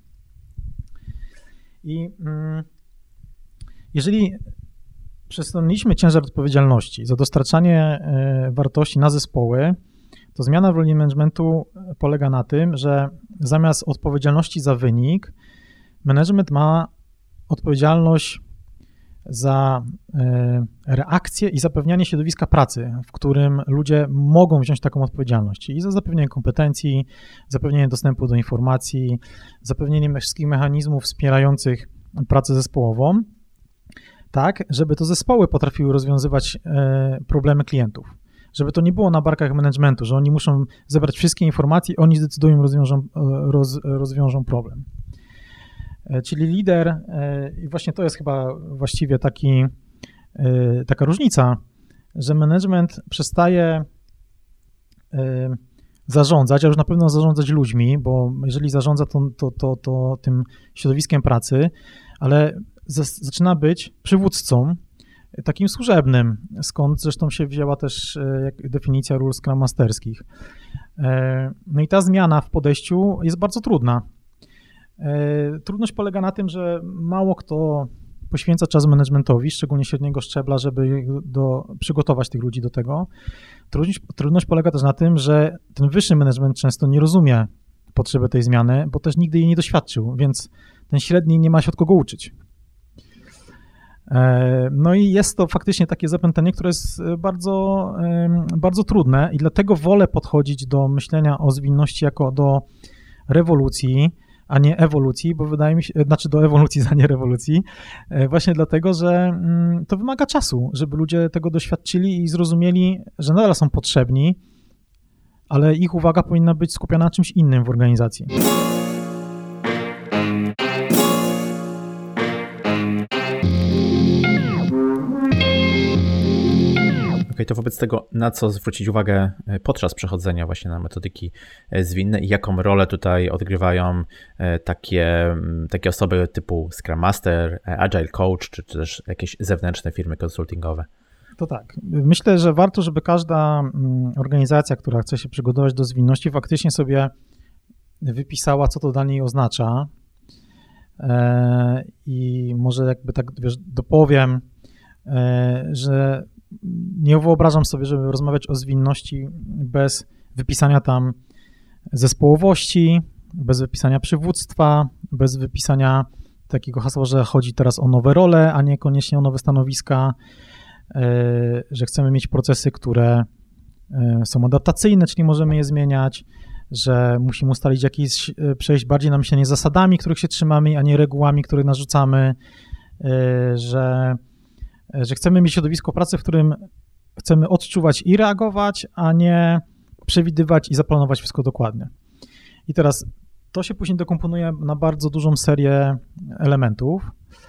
I jeżeli przesunęliśmy ciężar odpowiedzialności za dostarczanie wartości na zespoły, to zmiana w roli managementu polega na tym, że zamiast odpowiedzialności za wynik, management ma odpowiedzialność za reakcję i zapewnianie środowiska pracy, w którym ludzie mogą wziąć taką odpowiedzialność, czyli za zapewnienie kompetencji, zapewnienie dostępu do informacji, zapewnienie wszystkich mechanizmów wspierających pracę zespołową, tak, żeby to zespoły potrafiły rozwiązywać problemy klientów, żeby to nie było na barkach managementu, że oni muszą zebrać wszystkie informacje i oni zdecydują, rozwiążą problem. Czyli lider, i właśnie to jest chyba właściwie taka różnica, że management przestaje zarządzać, a już na pewno zarządzać ludźmi, bo jeżeli zarządza to tym środowiskiem pracy, ale zaczyna być przywódcą takim służebnym, skąd zresztą się wzięła też definicja ról Scrum Masterskich. No i ta zmiana w podejściu jest bardzo trudna. Trudność polega na tym, że mało kto poświęca czas managementowi, szczególnie średniego szczebla, żeby przygotować tych ludzi do tego. Trudność polega też na tym, że ten wyższy management często nie rozumie potrzeby tej zmiany, bo też nigdy jej nie doświadczył, więc ten średni nie ma się od kogo uczyć. No i jest to faktycznie takie zapętlenie, które jest bardzo, bardzo trudne i dlatego wolę podchodzić do myślenia o zwinności jako do rewolucji, a nie ewolucji, bo wydaje mi się, znaczy do ewolucji, a nie rewolucji, właśnie dlatego, że to wymaga czasu, żeby ludzie tego doświadczyli i zrozumieli, że nadal są potrzebni, ale ich uwaga powinna być skupiona na czymś innym w organizacji. Okej, to wobec tego, na co zwrócić uwagę podczas przechodzenia właśnie na metodyki zwinne i jaką rolę tutaj odgrywają takie osoby typu Scrum Master, Agile Coach, czy też jakieś zewnętrzne firmy konsultingowe? To tak. Myślę, że warto, żeby każda organizacja, która chce się przygotować do zwinności, faktycznie sobie wypisała, co to dla niej oznacza. I może jakby tak dopowiem, że nie wyobrażam sobie, żeby rozmawiać o zwinności bez wypisania tam zespołowości, bez wypisania przywództwa, bez wypisania takiego hasła, że chodzi teraz o nowe role, a niekoniecznie o nowe stanowiska, że chcemy mieć procesy, które są adaptacyjne, czyli możemy je zmieniać, że musimy ustalić przejść bardziej na myślenie zasadami, których się trzymamy, a nie regułami, które narzucamy, że chcemy mieć środowisko pracy, w którym chcemy odczuwać i reagować, a nie przewidywać i zaplanować wszystko dokładnie. I teraz to się później dekomponuje na bardzo dużą serię elementów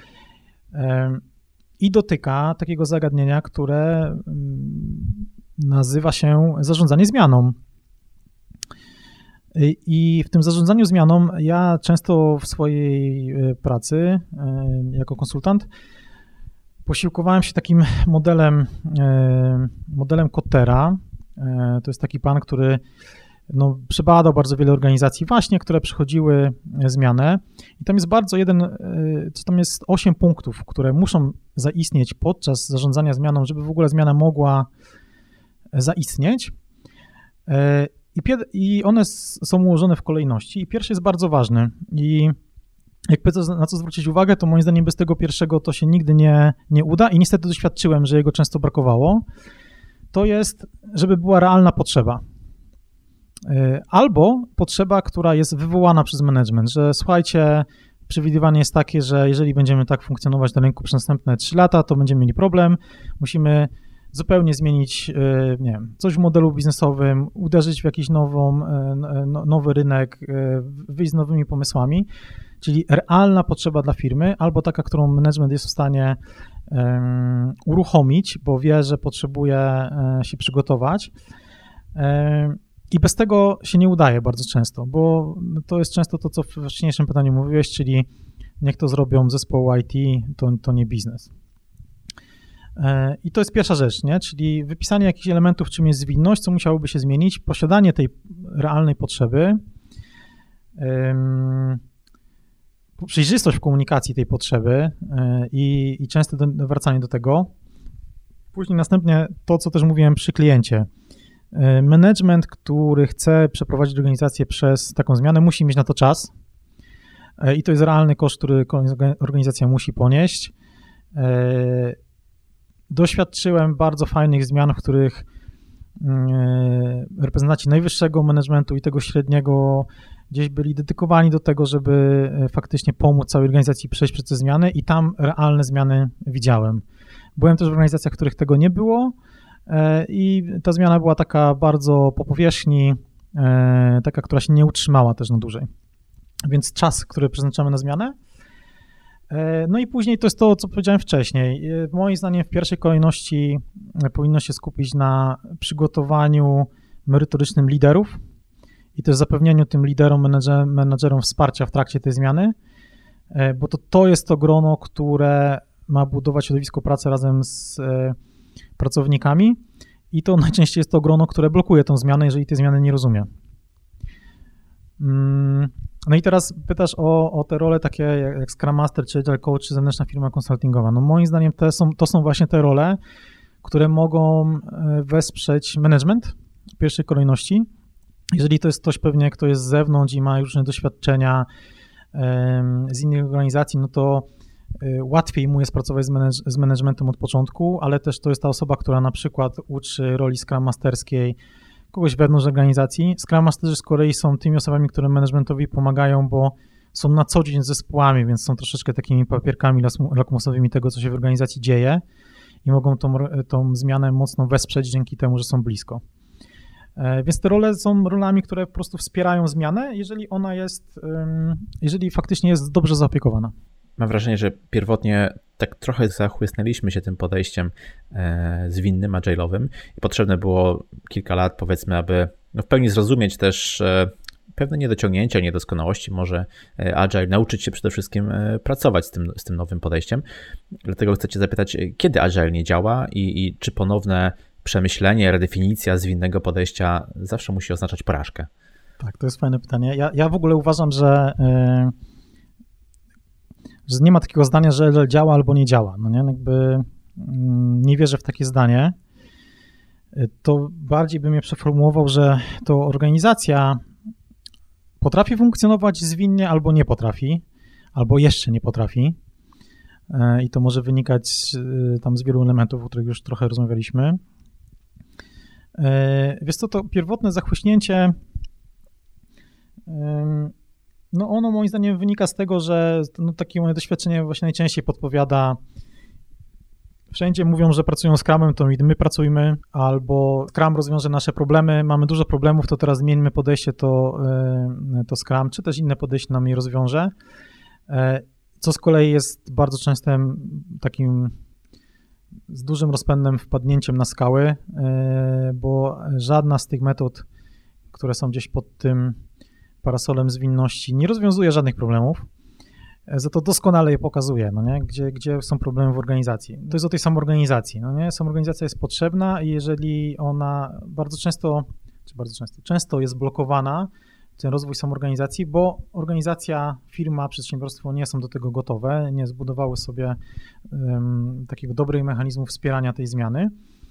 i dotyka takiego zagadnienia, które nazywa się zarządzanie zmianą. I w tym zarządzaniu zmianą ja często w swojej pracy jako konsultant posiłkowałem się takim modelem Kottera. To jest taki pan, który przebadał bardzo wiele organizacji właśnie, które przechodziły zmianę. I tam jest tam jest 8 punktów, które muszą zaistnieć podczas zarządzania zmianą, żeby w ogóle zmiana mogła zaistnieć. I one są ułożone w kolejności. I pierwszy jest bardzo ważny. I jak pytasz, na co zwrócić uwagę, to moim zdaniem bez tego pierwszego to się nigdy nie uda i niestety doświadczyłem, że jego często brakowało. To jest, żeby była realna potrzeba. Albo potrzeba, która jest wywołana przez management, że słuchajcie, przewidywanie jest takie, że jeżeli będziemy tak funkcjonować na rynku przez następne 3 lata, to będziemy mieli problem, musimy zupełnie zmienić, nie wiem, coś w modelu biznesowym, uderzyć w jakiś nowy rynek, wyjść z nowymi pomysłami, czyli realna potrzeba dla firmy, albo taka, którą management jest w stanie uruchomić, bo wie, że potrzebuje się przygotować. I bez tego się nie udaje bardzo często, bo to jest często to, co w wcześniejszym pytaniu mówiłeś, czyli niech to zrobią zespoły IT, to nie biznes. I to jest pierwsza rzecz, nie? Czyli wypisanie jakichś elementów, czym jest zwinność, co musiałoby się zmienić, posiadanie tej realnej potrzeby, przejrzystość w komunikacji tej potrzeby i częste wracanie do tego. Później następnie to, co też mówiłem przy kliencie. Management, który chce przeprowadzić organizację przez taką zmianę, musi mieć na to czas i to jest realny koszt, który organizacja musi ponieść. Doświadczyłem bardzo fajnych zmian, w których reprezentanci najwyższego managementu i tego średniego gdzieś byli dedykowani do tego, żeby faktycznie pomóc całej organizacji przejść przez te zmiany i tam realne zmiany widziałem. Byłem też w organizacjach, w których tego nie było i ta zmiana była taka bardzo po powierzchni, taka, która się nie utrzymała też na dłużej. Więc czas, który przeznaczamy na zmianę. No i później to jest to, co powiedziałem wcześniej. Moim zdaniem w pierwszej kolejności powinno się skupić na przygotowaniu merytorycznym liderów i też zapewnieniu tym liderom, menedżerom wsparcia w trakcie tej zmiany, bo to jest to grono, które ma budować środowisko pracy razem z pracownikami i to najczęściej jest to grono, które blokuje tę zmianę, jeżeli tej zmiany nie rozumie. No i teraz pytasz o te role takie jak Scrum Master, czy Agile Coach, czy zewnętrzna firma konsultingowa. No moim zdaniem to są właśnie te role, które mogą wesprzeć management w pierwszej kolejności. Jeżeli to jest ktoś pewnie, kto jest z zewnątrz i ma różne doświadczenia z innych organizacji, no to łatwiej mu jest pracować z managementem od początku, ale też to jest ta osoba, która na przykład uczy roli Scrum Masterskiej kogoś wewnątrz organizacji. Scrum Masterzy z kolei są tymi osobami, które managementowi pomagają, bo są na co dzień z zespołami, więc są troszeczkę takimi papierkami lakmusowymi tego, co się w organizacji dzieje i mogą tą zmianę mocno wesprzeć dzięki temu, że są blisko. Więc te role są rolami, które po prostu wspierają zmianę, jeżeli faktycznie jest dobrze zaopiekowana. Mam wrażenie, że pierwotnie tak trochę zachłysnęliśmy się tym podejściem zwinnym, agile'owym i potrzebne było kilka lat, powiedzmy, aby w pełni zrozumieć też pewne niedociągnięcia, niedoskonałości, może agile, nauczyć się przede wszystkim pracować z tym nowym podejściem. Dlatego chcę cię zapytać, kiedy agile nie działa i czy ponowne przemyślenie, redefinicja zwinnego podejścia zawsze musi oznaczać porażkę? Tak, to jest fajne pytanie. Ja w ogóle uważam, że nie ma takiego zdania, że agile działa albo nie działa. No nie? Jakby nie wierzę w takie zdanie. To bardziej bym je przeformułował, że to organizacja potrafi funkcjonować zwinnie albo nie potrafi, albo jeszcze nie potrafi. I to może wynikać tam z wielu elementów, o których już trochę rozmawialiśmy. Wiesz co, to pierwotne zachłyśnięcie, no ono moim zdaniem wynika z tego, że takie moje doświadczenie właśnie najczęściej podpowiada, wszędzie mówią, że pracują Scrumem, to my pracujmy, albo Scrum rozwiąże nasze problemy, mamy dużo problemów, to teraz zmieńmy podejście, to Scrum, czy też inne podejście nam je rozwiąże, co z kolei jest bardzo częstym takim z dużym rozpędem wpadnięciem na skały, bo żadna z tych metod, które są gdzieś pod tym parasolem zwinności, nie rozwiązuje żadnych problemów, za to doskonale je pokazuje, no nie? Gdzie są problemy w organizacji. To jest o tej samoorganizacji, no nie? Samoorganizacja jest potrzebna i jeżeli ona często jest blokowana, ten rozwój samoorganizacji, bo organizacja, firma, przedsiębiorstwo nie są do tego gotowe, nie zbudowały sobie takiego dobrego mechanizmu wspierania tej zmiany.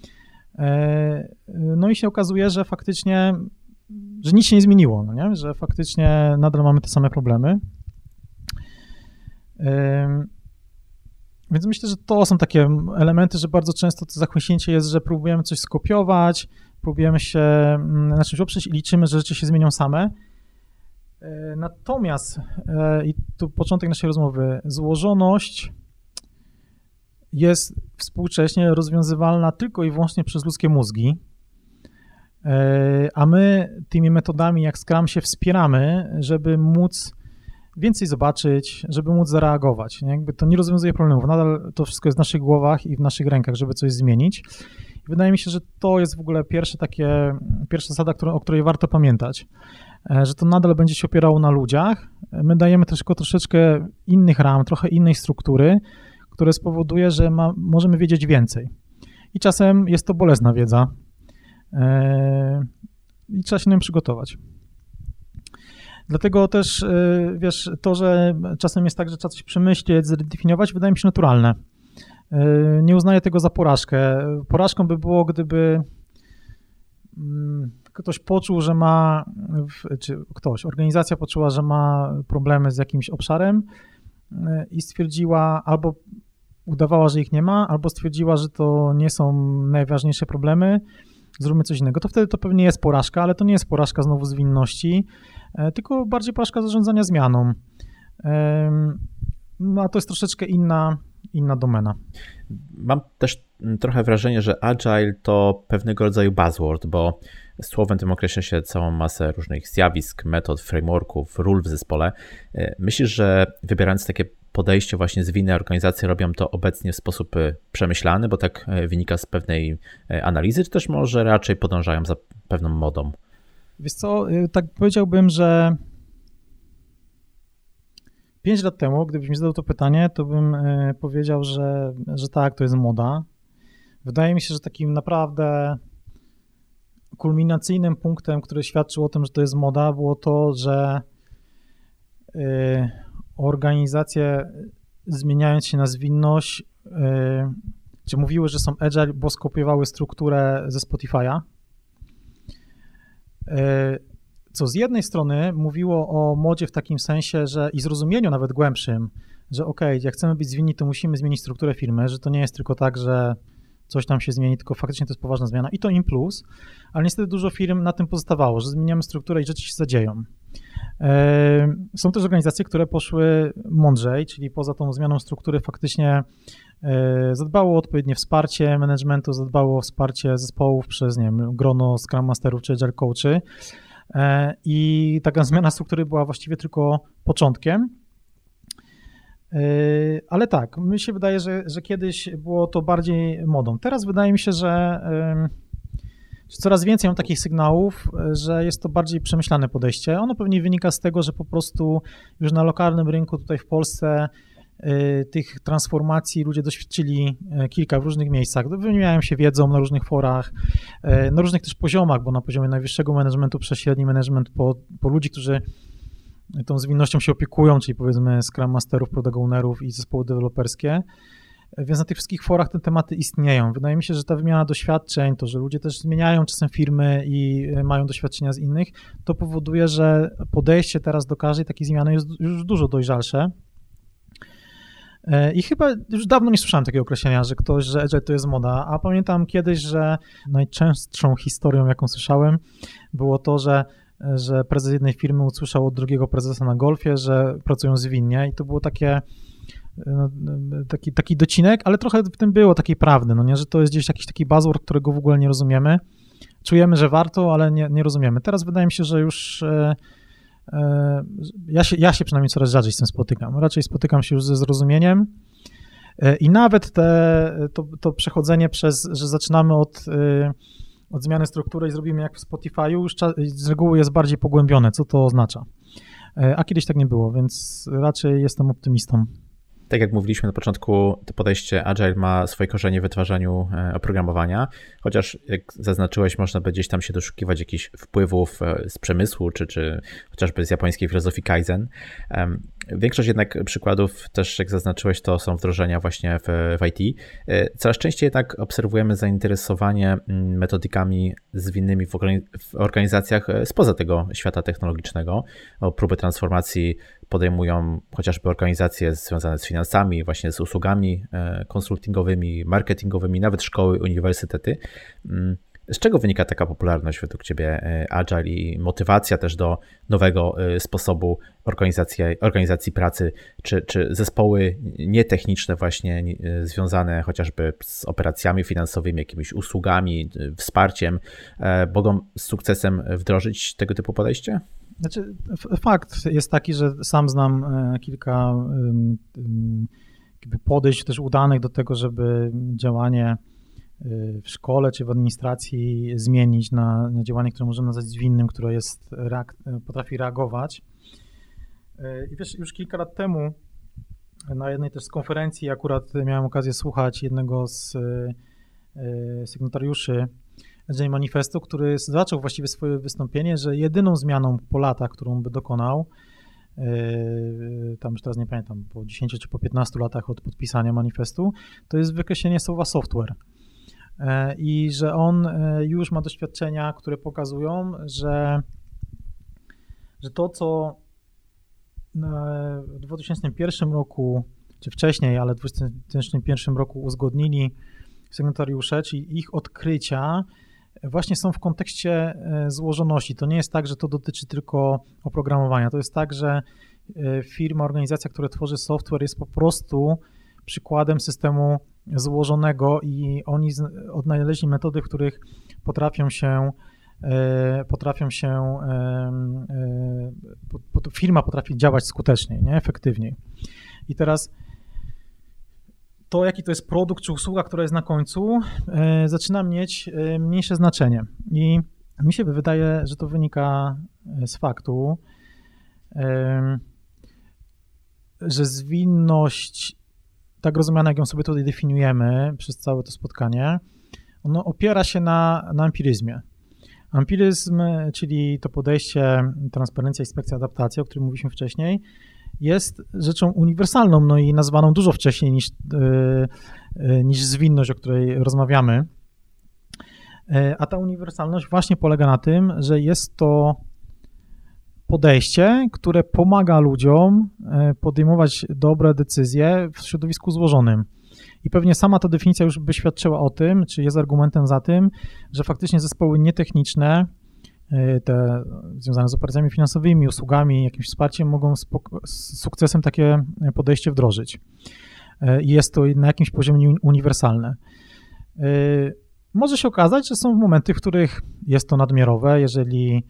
No i się okazuje, że faktycznie, że nic się nie zmieniło, no nie? Że faktycznie nadal mamy te same problemy. Więc myślę, że to są takie elementy, że bardzo często to zachłyśnięcie jest, że próbujemy coś skopiować, próbujemy się na czymś oprzeć i liczymy, że rzeczy się zmienią same. Natomiast, i tu początek naszej rozmowy, złożoność jest współcześnie rozwiązywalna tylko i wyłącznie przez ludzkie mózgi, a my tymi metodami jak Scrum się wspieramy, żeby móc więcej zobaczyć, żeby móc zareagować. Nie? Jakby to nie rozwiązuje problemów. Nadal to wszystko jest w naszych głowach i w naszych rękach, żeby coś zmienić. I wydaje mi się, że to jest w ogóle pierwsza zasada, o której warto pamiętać, że to nadal będzie się opierało na ludziach. My dajemy tylko troszeczkę innych ram, trochę innej struktury, które spowoduje, że możemy wiedzieć więcej. I czasem jest to bolesna wiedza i trzeba się na nią przygotować. Dlatego też, wiesz, to, że czasem jest tak, że trzeba coś przemyśleć, zredefiniować, wydaje mi się naturalne. Nie uznaję tego za porażkę. Porażką by było, gdyby ktoś poczuł, że organizacja poczuła, że ma problemy z jakimś obszarem i stwierdziła, albo udawała, że ich nie ma, albo stwierdziła, że to nie są najważniejsze problemy, zróbmy coś innego. To wtedy to pewnie jest porażka, ale to nie jest porażka znowu zwinności, tylko bardziej porażka zarządzania zmianą. A to jest troszeczkę inna domena. Mam też trochę wrażenie, że Agile to pewnego rodzaju buzzword, bo słowem tym określa się całą masę różnych zjawisk, metod, frameworków, ról w zespole. Myślisz, że wybierając takie podejście właśnie zwinne organizacje robią to obecnie w sposób przemyślany, bo tak wynika z pewnej analizy, czy też może raczej podążają za pewną modą? Wiesz co, tak powiedziałbym, że 5 lat temu, gdybyś mi zadał to pytanie, to bym powiedział, że tak, to jest moda. Wydaje mi się, że takim naprawdę kulminacyjnym punktem, który świadczył o tym, że to jest moda, było to, że organizacje, zmieniając się na zwinność, czy mówiły, że są agile, bo skopiowały strukturę ze Spotify'a, co z jednej strony mówiło o modzie w takim sensie, że i zrozumieniu nawet głębszym, że jak chcemy być zwinni, to musimy zmienić strukturę firmy, że to nie jest tylko tak, że coś tam się zmieni, tylko faktycznie to jest poważna zmiana i to im plus, ale niestety dużo firm na tym pozostawało, że zmieniamy strukturę i rzeczy się zadzieją. Są też organizacje, które poszły mądrzej, czyli poza tą zmianą struktury faktycznie zadbało o odpowiednie wsparcie managementu, zadbało o wsparcie zespołów przez, nie wiem, grono Scrum Masterów czy Agile Coachy i taka zmiana struktury była właściwie tylko początkiem. Ale tak, mi się wydaje, że kiedyś było to bardziej modą. Teraz wydaje mi się, że coraz więcej mam takich sygnałów, że jest to bardziej przemyślane podejście. Ono pewnie wynika z tego, że po prostu już na lokalnym rynku tutaj w Polsce tych transformacji ludzie doświadczyli kilka w różnych miejscach. Wymieniają się wiedzą na różnych forach, na różnych też poziomach, bo na poziomie najwyższego managementu przez średni management po ludzi, którzy tą zwinnością się opiekują, czyli powiedzmy Scrum Masterów, Product Ownerów i zespoły deweloperskie. Więc na tych wszystkich forach te tematy istnieją. Wydaje mi się, że ta wymiana doświadczeń, to, że ludzie też zmieniają czasem firmy i mają doświadczenia z innych, to powoduje, że podejście teraz do każdej takiej zmiany jest już dużo dojrzalsze. I chyba już dawno nie słyszałem takiego określenia, że Agile to jest moda, a pamiętam kiedyś, że najczęstszą historią, jaką słyszałem, było to, że prezes jednej firmy usłyszał od drugiego prezesa na golfie, że pracują zwinnie i to było taki docinek, ale trochę w tym było takiej prawdy, no nie, że to jest gdzieś jakiś taki buzzword, którego w ogóle nie rozumiemy. Czujemy, że warto, ale nie rozumiemy. Teraz wydaje mi się, że już ja się przynajmniej coraz rzadziej z tym spotykam. Raczej spotykam się już ze zrozumieniem i nawet to przechodzenie że zaczynamy od zmiany struktury i zrobimy jak w Spotify'u, już z reguły jest bardziej pogłębione, co to oznacza. A kiedyś tak nie było, więc raczej jestem optymistą. Tak jak mówiliśmy na początku, to podejście Agile ma swoje korzenie w wytwarzaniu oprogramowania, chociaż jak zaznaczyłeś, można by gdzieś tam się doszukiwać jakichś wpływów z przemysłu, czy chociażby z japońskiej filozofii Kaizen. Większość jednak przykładów też, jak zaznaczyłeś, to są wdrożenia właśnie w IT. Coraz częściej jednak obserwujemy zainteresowanie metodykami zwinnymi w organizacjach spoza tego świata technologicznego. Próby transformacji podejmują chociażby organizacje związane z finansami, właśnie z usługami konsultingowymi, marketingowymi, nawet szkoły, uniwersytety. Z czego wynika taka popularność według Ciebie Agile i motywacja też do nowego sposobu organizacji pracy? Czy zespoły nietechniczne właśnie związane chociażby z operacjami finansowymi, jakimiś usługami, wsparciem mogą z sukcesem wdrożyć tego typu podejście? Znaczy, fakt jest taki, że sam znam kilka podejść też udanych do tego, żeby działanie w szkole czy w administracji zmienić na działanie, które możemy nazwać zwinnym, które potrafi reagować. I wiesz, już kilka lat temu na jednej też z konferencji akurat miałem okazję słuchać jednego z sygnatariuszy Agile Manifesto, który zaczął właściwie swoje wystąpienie, że jedyną zmianą po latach, którą by dokonał, tam już teraz nie pamiętam, po 10 czy po 15 latach od podpisania manifestu, to jest wykreślenie słowa software. I że on już ma doświadczenia, które pokazują, że to, co w 2001 roku, czy wcześniej, ale w 2001 roku uzgodnili sygnatariusze, czyli ich odkrycia właśnie są w kontekście złożoności. To nie jest tak, że to dotyczy tylko oprogramowania. To jest tak, że firma, organizacja, która tworzy software, jest po prostu przykładem systemu złożonego i oni odnaleźli metody, w których firma potrafi działać skuteczniej, nie? Efektywniej. I teraz to, jaki to jest produkt czy usługa, która jest na końcu, zaczyna mieć mniejsze znaczenie. I mi się wydaje, że to wynika z faktu, że zwinność, tak rozumiana, jak ją sobie tutaj definiujemy przez całe to spotkanie, ono opiera się na empiryzmie. Empiryzm, czyli to podejście transparencja, inspekcja, adaptacja, o którym mówiliśmy wcześniej, jest rzeczą uniwersalną, no i nazwaną dużo wcześniej niż zwinność, o której rozmawiamy. A ta uniwersalność właśnie polega na tym, że jest to podejście, które pomaga ludziom podejmować dobre decyzje w środowisku złożonym. I pewnie sama ta definicja już by świadczyła o tym, czy jest argumentem za tym, że faktycznie zespoły nietechniczne, te związane z operacjami finansowymi, usługami, jakimś wsparciem, mogą z sukcesem takie podejście wdrożyć. I jest to na jakimś poziomie uniwersalne. Może się okazać, że są momenty, w których jest to nadmiarowe, jeżeli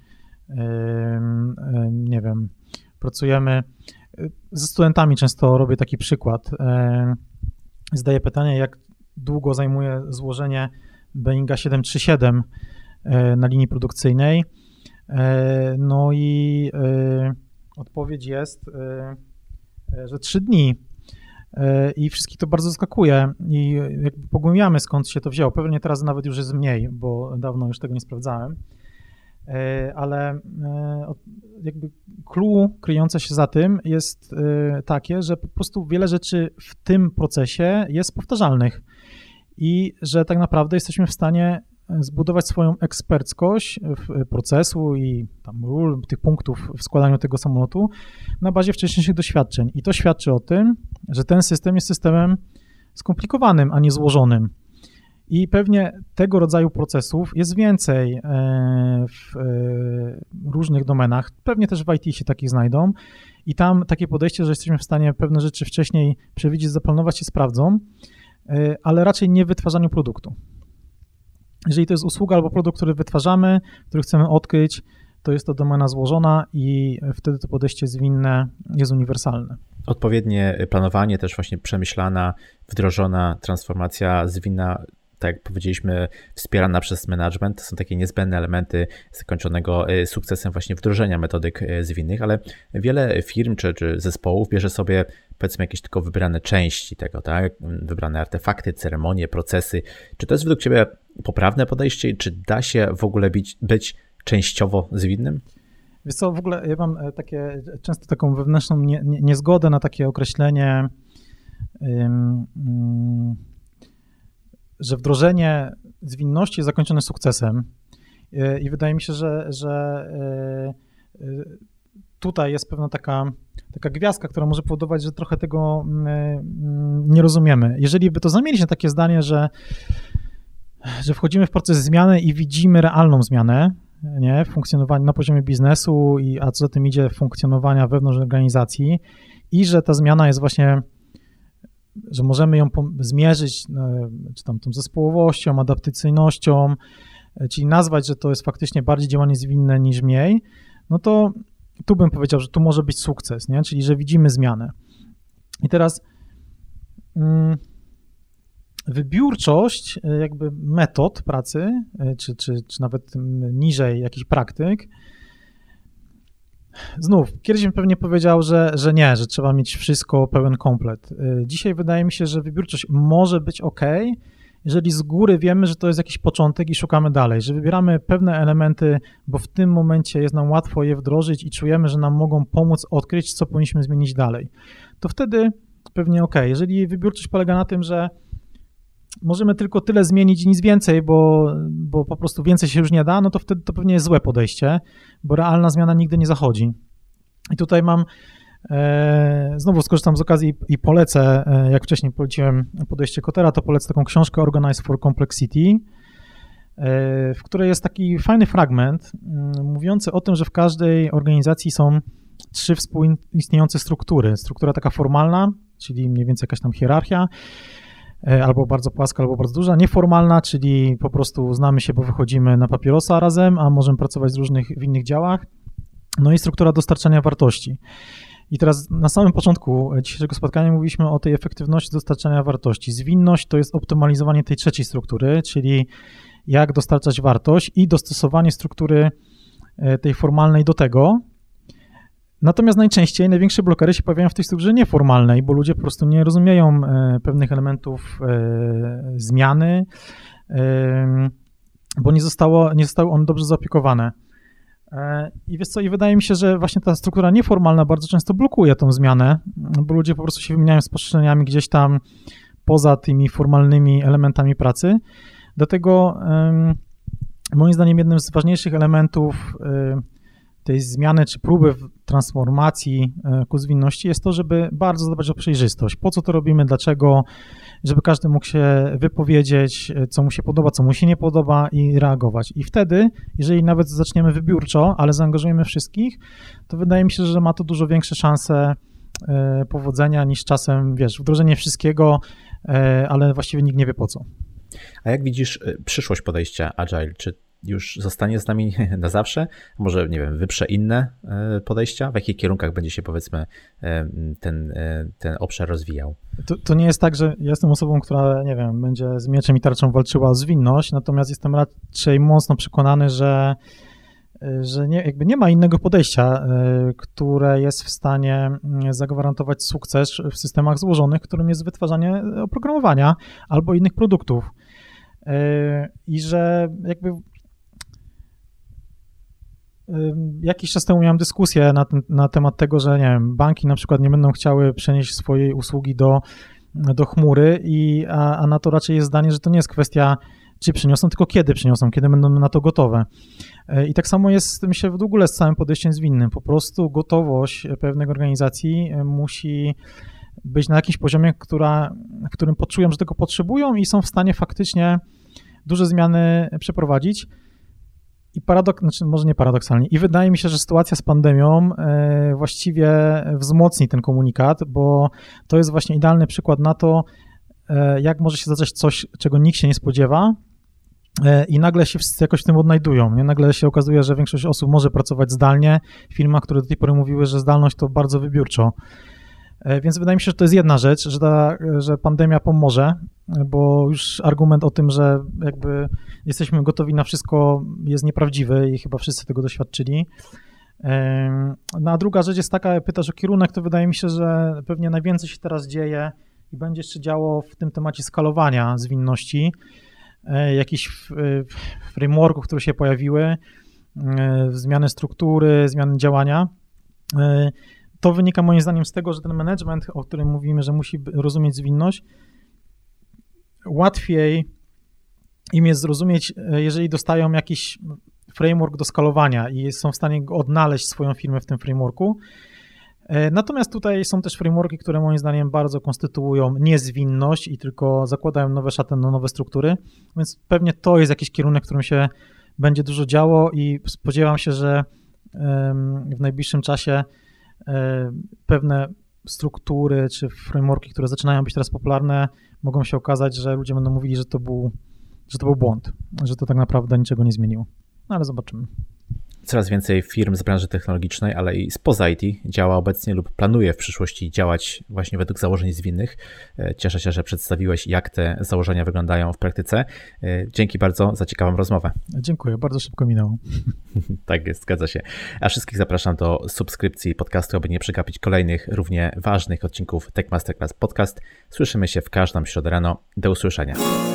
nie wiem, pracujemy ze studentami, często robię taki przykład. Zadaję pytanie, jak długo zajmuje złożenie Boeinga 737 na linii produkcyjnej. No i odpowiedź jest, że 3 dni. I wszystkich to bardzo zaskakuje i jakby pogłębiamy, skąd się to wzięło. Pewnie teraz nawet już jest mniej, bo dawno już tego nie sprawdzałem. Ale jakby clue kryjące się za tym jest takie, że po prostu wiele rzeczy w tym procesie jest powtarzalnych i że tak naprawdę jesteśmy w stanie zbudować swoją eksperckość procesu i tam ról, tych punktów w składaniu tego samolotu na bazie wcześniejszych doświadczeń. I to świadczy o tym, że ten system jest systemem skomplikowanym, a nie złożonym. I pewnie tego rodzaju procesów jest więcej w różnych domenach, pewnie też w IT się takich znajdą i tam takie podejście, że jesteśmy w stanie pewne rzeczy wcześniej przewidzieć, zaplanować się sprawdzą, ale raczej nie w wytwarzaniu produktu. Jeżeli to jest usługa albo produkt, który wytwarzamy, który chcemy odkryć, to jest to domena złożona i wtedy to podejście zwinne jest uniwersalne. Odpowiednie planowanie, też właśnie przemyślana, wdrożona transformacja zwinna, tak jak powiedzieliśmy, wspierana przez management, to są takie niezbędne elementy zakończonego sukcesem właśnie wdrożenia metodyk zwinnych, ale wiele firm czy zespołów bierze sobie, powiedzmy, jakieś tylko wybrane części tego, tak? Wybrane artefakty, ceremonie, procesy. Czy to jest według Ciebie poprawne podejście i czy da się w ogóle być częściowo zwinnym? Wiesz co, w ogóle ja mam często taką wewnętrzną niezgodę na takie określenie, że wdrożenie zwinności jest zakończone sukcesem i wydaje mi się, że tutaj jest pewna taka gwiazdka, która może powodować, że trochę tego nie rozumiemy. Jeżeli by to zamienić na takie zdanie, że wchodzimy w proces zmiany i widzimy realną zmianę, nie, funkcjonowanie na poziomie biznesu, a co za tym idzie funkcjonowania wewnątrz organizacji i że ta zmiana jest właśnie, że możemy ją zmierzyć, czy tam tą zespołowością, adaptacyjnością, czyli nazwać, że to jest faktycznie bardziej działanie zwinne niż mniej, no to tu bym powiedział, że tu może być sukces, nie? Czyli że widzimy zmianę. I teraz wybiórczość jakby metod pracy, czy nawet niżej jakichś praktyk, znów, kiedyś bym pewnie powiedział, że nie, że trzeba mieć wszystko, pełen komplet. Dzisiaj wydaje mi się, że wybiórczość może być ok, jeżeli z góry wiemy, że to jest jakiś początek i szukamy dalej, że wybieramy pewne elementy, bo w tym momencie jest nam łatwo je wdrożyć i czujemy, że nam mogą pomóc odkryć, co powinniśmy zmienić dalej. To wtedy pewnie ok. Jeżeli wybiórczość polega na tym, że możemy tylko tyle zmienić i nic więcej, bo po prostu więcej się już nie da, no to wtedy to pewnie jest złe podejście, bo realna zmiana nigdy nie zachodzi. I tutaj mam, znowu skorzystam z okazji i polecę, jak wcześniej poleciłem podejście Kotera, to polecę taką książkę Organize for Complexity, w której jest taki fajny fragment mówiący o tym, że w każdej organizacji są 3 współistniejące struktury. Struktura taka formalna, czyli mniej więcej jakaś tam hierarchia, albo bardzo płaska, albo bardzo duża. Nieformalna, czyli po prostu znamy się, bo wychodzimy na papierosa razem, a możemy pracować w innych działach. No i struktura dostarczania wartości. I teraz na samym początku dzisiejszego spotkania mówiliśmy o tej efektywności dostarczania wartości. Zwinność to jest optymalizowanie tej trzeciej struktury, czyli jak dostarczać wartość i dostosowanie struktury tej formalnej do tego. Natomiast najczęściej największe blokery się pojawiają w tej strukturze nieformalnej, bo ludzie po prostu nie rozumieją pewnych elementów zmiany, bo nie zostały one dobrze zaopiekowane. I wiesz co, i wydaje mi się, że właśnie ta struktura nieformalna bardzo często blokuje tą zmianę, bo ludzie po prostu się wymieniają spostrzeżeniami gdzieś tam poza tymi formalnymi elementami pracy. Dlatego moim zdaniem jednym z ważniejszych elementów tej zmiany czy próby transformacji ku zwinności jest to, żeby bardzo zadbać o przejrzystość. Po co to robimy, dlaczego, żeby każdy mógł się wypowiedzieć, co mu się podoba, co mu się nie podoba i reagować. I wtedy, jeżeli nawet zaczniemy wybiórczo, ale zaangażujemy wszystkich, to wydaje mi się, że ma to dużo większe szanse powodzenia niż czasem, wdrożenie wszystkiego, ale właściwie nikt nie wie po co. A jak widzisz przyszłość podejścia Agile? Czy już zostanie z nami na zawsze? Może, nie wiem, wyprze inne podejścia? W jakich kierunkach będzie się, powiedzmy, ten obszar rozwijał? To nie jest tak, że ja jestem osobą, która, nie wiem, będzie z mieczem i tarczą walczyła o zwinność, natomiast jestem raczej mocno przekonany, że nie ma innego podejścia, które jest w stanie zagwarantować sukces w systemach złożonych, którym jest wytwarzanie oprogramowania albo innych produktów. I że jakiś czas temu miałem dyskusję na temat tego, że nie wiem, banki na przykład nie będą chciały przenieść swojej usługi do chmury, a na to raczej jest zdanie, że to nie jest kwestia, czy przyniosą, tylko kiedy przyniosą, kiedy będą na to gotowe. I tak samo jest, myślę, w ogóle z całym podejściem zwinnym. Po prostu gotowość pewnej organizacji musi być na jakimś poziomie, w którym poczują, że tego potrzebują i są w stanie faktycznie duże zmiany przeprowadzić. I może nie paradoksalnie. I wydaje mi się, że sytuacja z pandemią właściwie wzmocni ten komunikat, bo to jest właśnie idealny przykład na to, jak może się zacząć coś, czego nikt się nie spodziewa i nagle się wszyscy jakoś w tym odnajdują. Nie? Nagle się okazuje, że większość osób może pracować zdalnie w firmach, które do tej pory mówiły, że zdalność to bardzo wybiórczo. Więc wydaje mi się, że to jest jedna rzecz, że pandemia pomoże, bo już argument o tym, że jakby jesteśmy gotowi na wszystko jest nieprawdziwy i chyba wszyscy tego doświadczyli. No a druga rzecz jest taka, pytasz o kierunek, to wydaje mi się, że pewnie najwięcej się teraz dzieje i będzie jeszcze działo w tym temacie skalowania zwinności, jakichś frameworków, które się pojawiły, zmiany struktury, zmiany działania. To wynika moim zdaniem z tego, że ten management, o którym mówimy, że musi rozumieć zwinność, łatwiej im jest zrozumieć, jeżeli dostają jakiś framework do skalowania i są w stanie odnaleźć swoją firmę w tym frameworku. Natomiast tutaj są też frameworki, które moim zdaniem bardzo konstytuują niezwinność i tylko zakładają nowe szaty na nowe struktury, więc pewnie to jest jakiś kierunek, w którym się będzie dużo działo i spodziewam się, że w najbliższym czasie pewne struktury czy frameworki, które zaczynają być teraz popularne, mogą się okazać, że ludzie będą mówili, że to był błąd, że to tak naprawdę niczego nie zmieniło. No ale zobaczymy. Coraz więcej firm z branży technologicznej, ale i spoza IT działa obecnie lub planuje w przyszłości działać właśnie według założeń zwinnych. Cieszę się, że przedstawiłeś, jak te założenia wyglądają w praktyce. Dzięki bardzo za ciekawą rozmowę. Dziękuję, bardzo szybko minęło. Tak jest, zgadza się. A wszystkich zapraszam do subskrypcji podcastu, aby nie przegapić kolejnych równie ważnych odcinków Tech Masterclass Podcast. Słyszymy się w każdą środę rano. Do usłyszenia.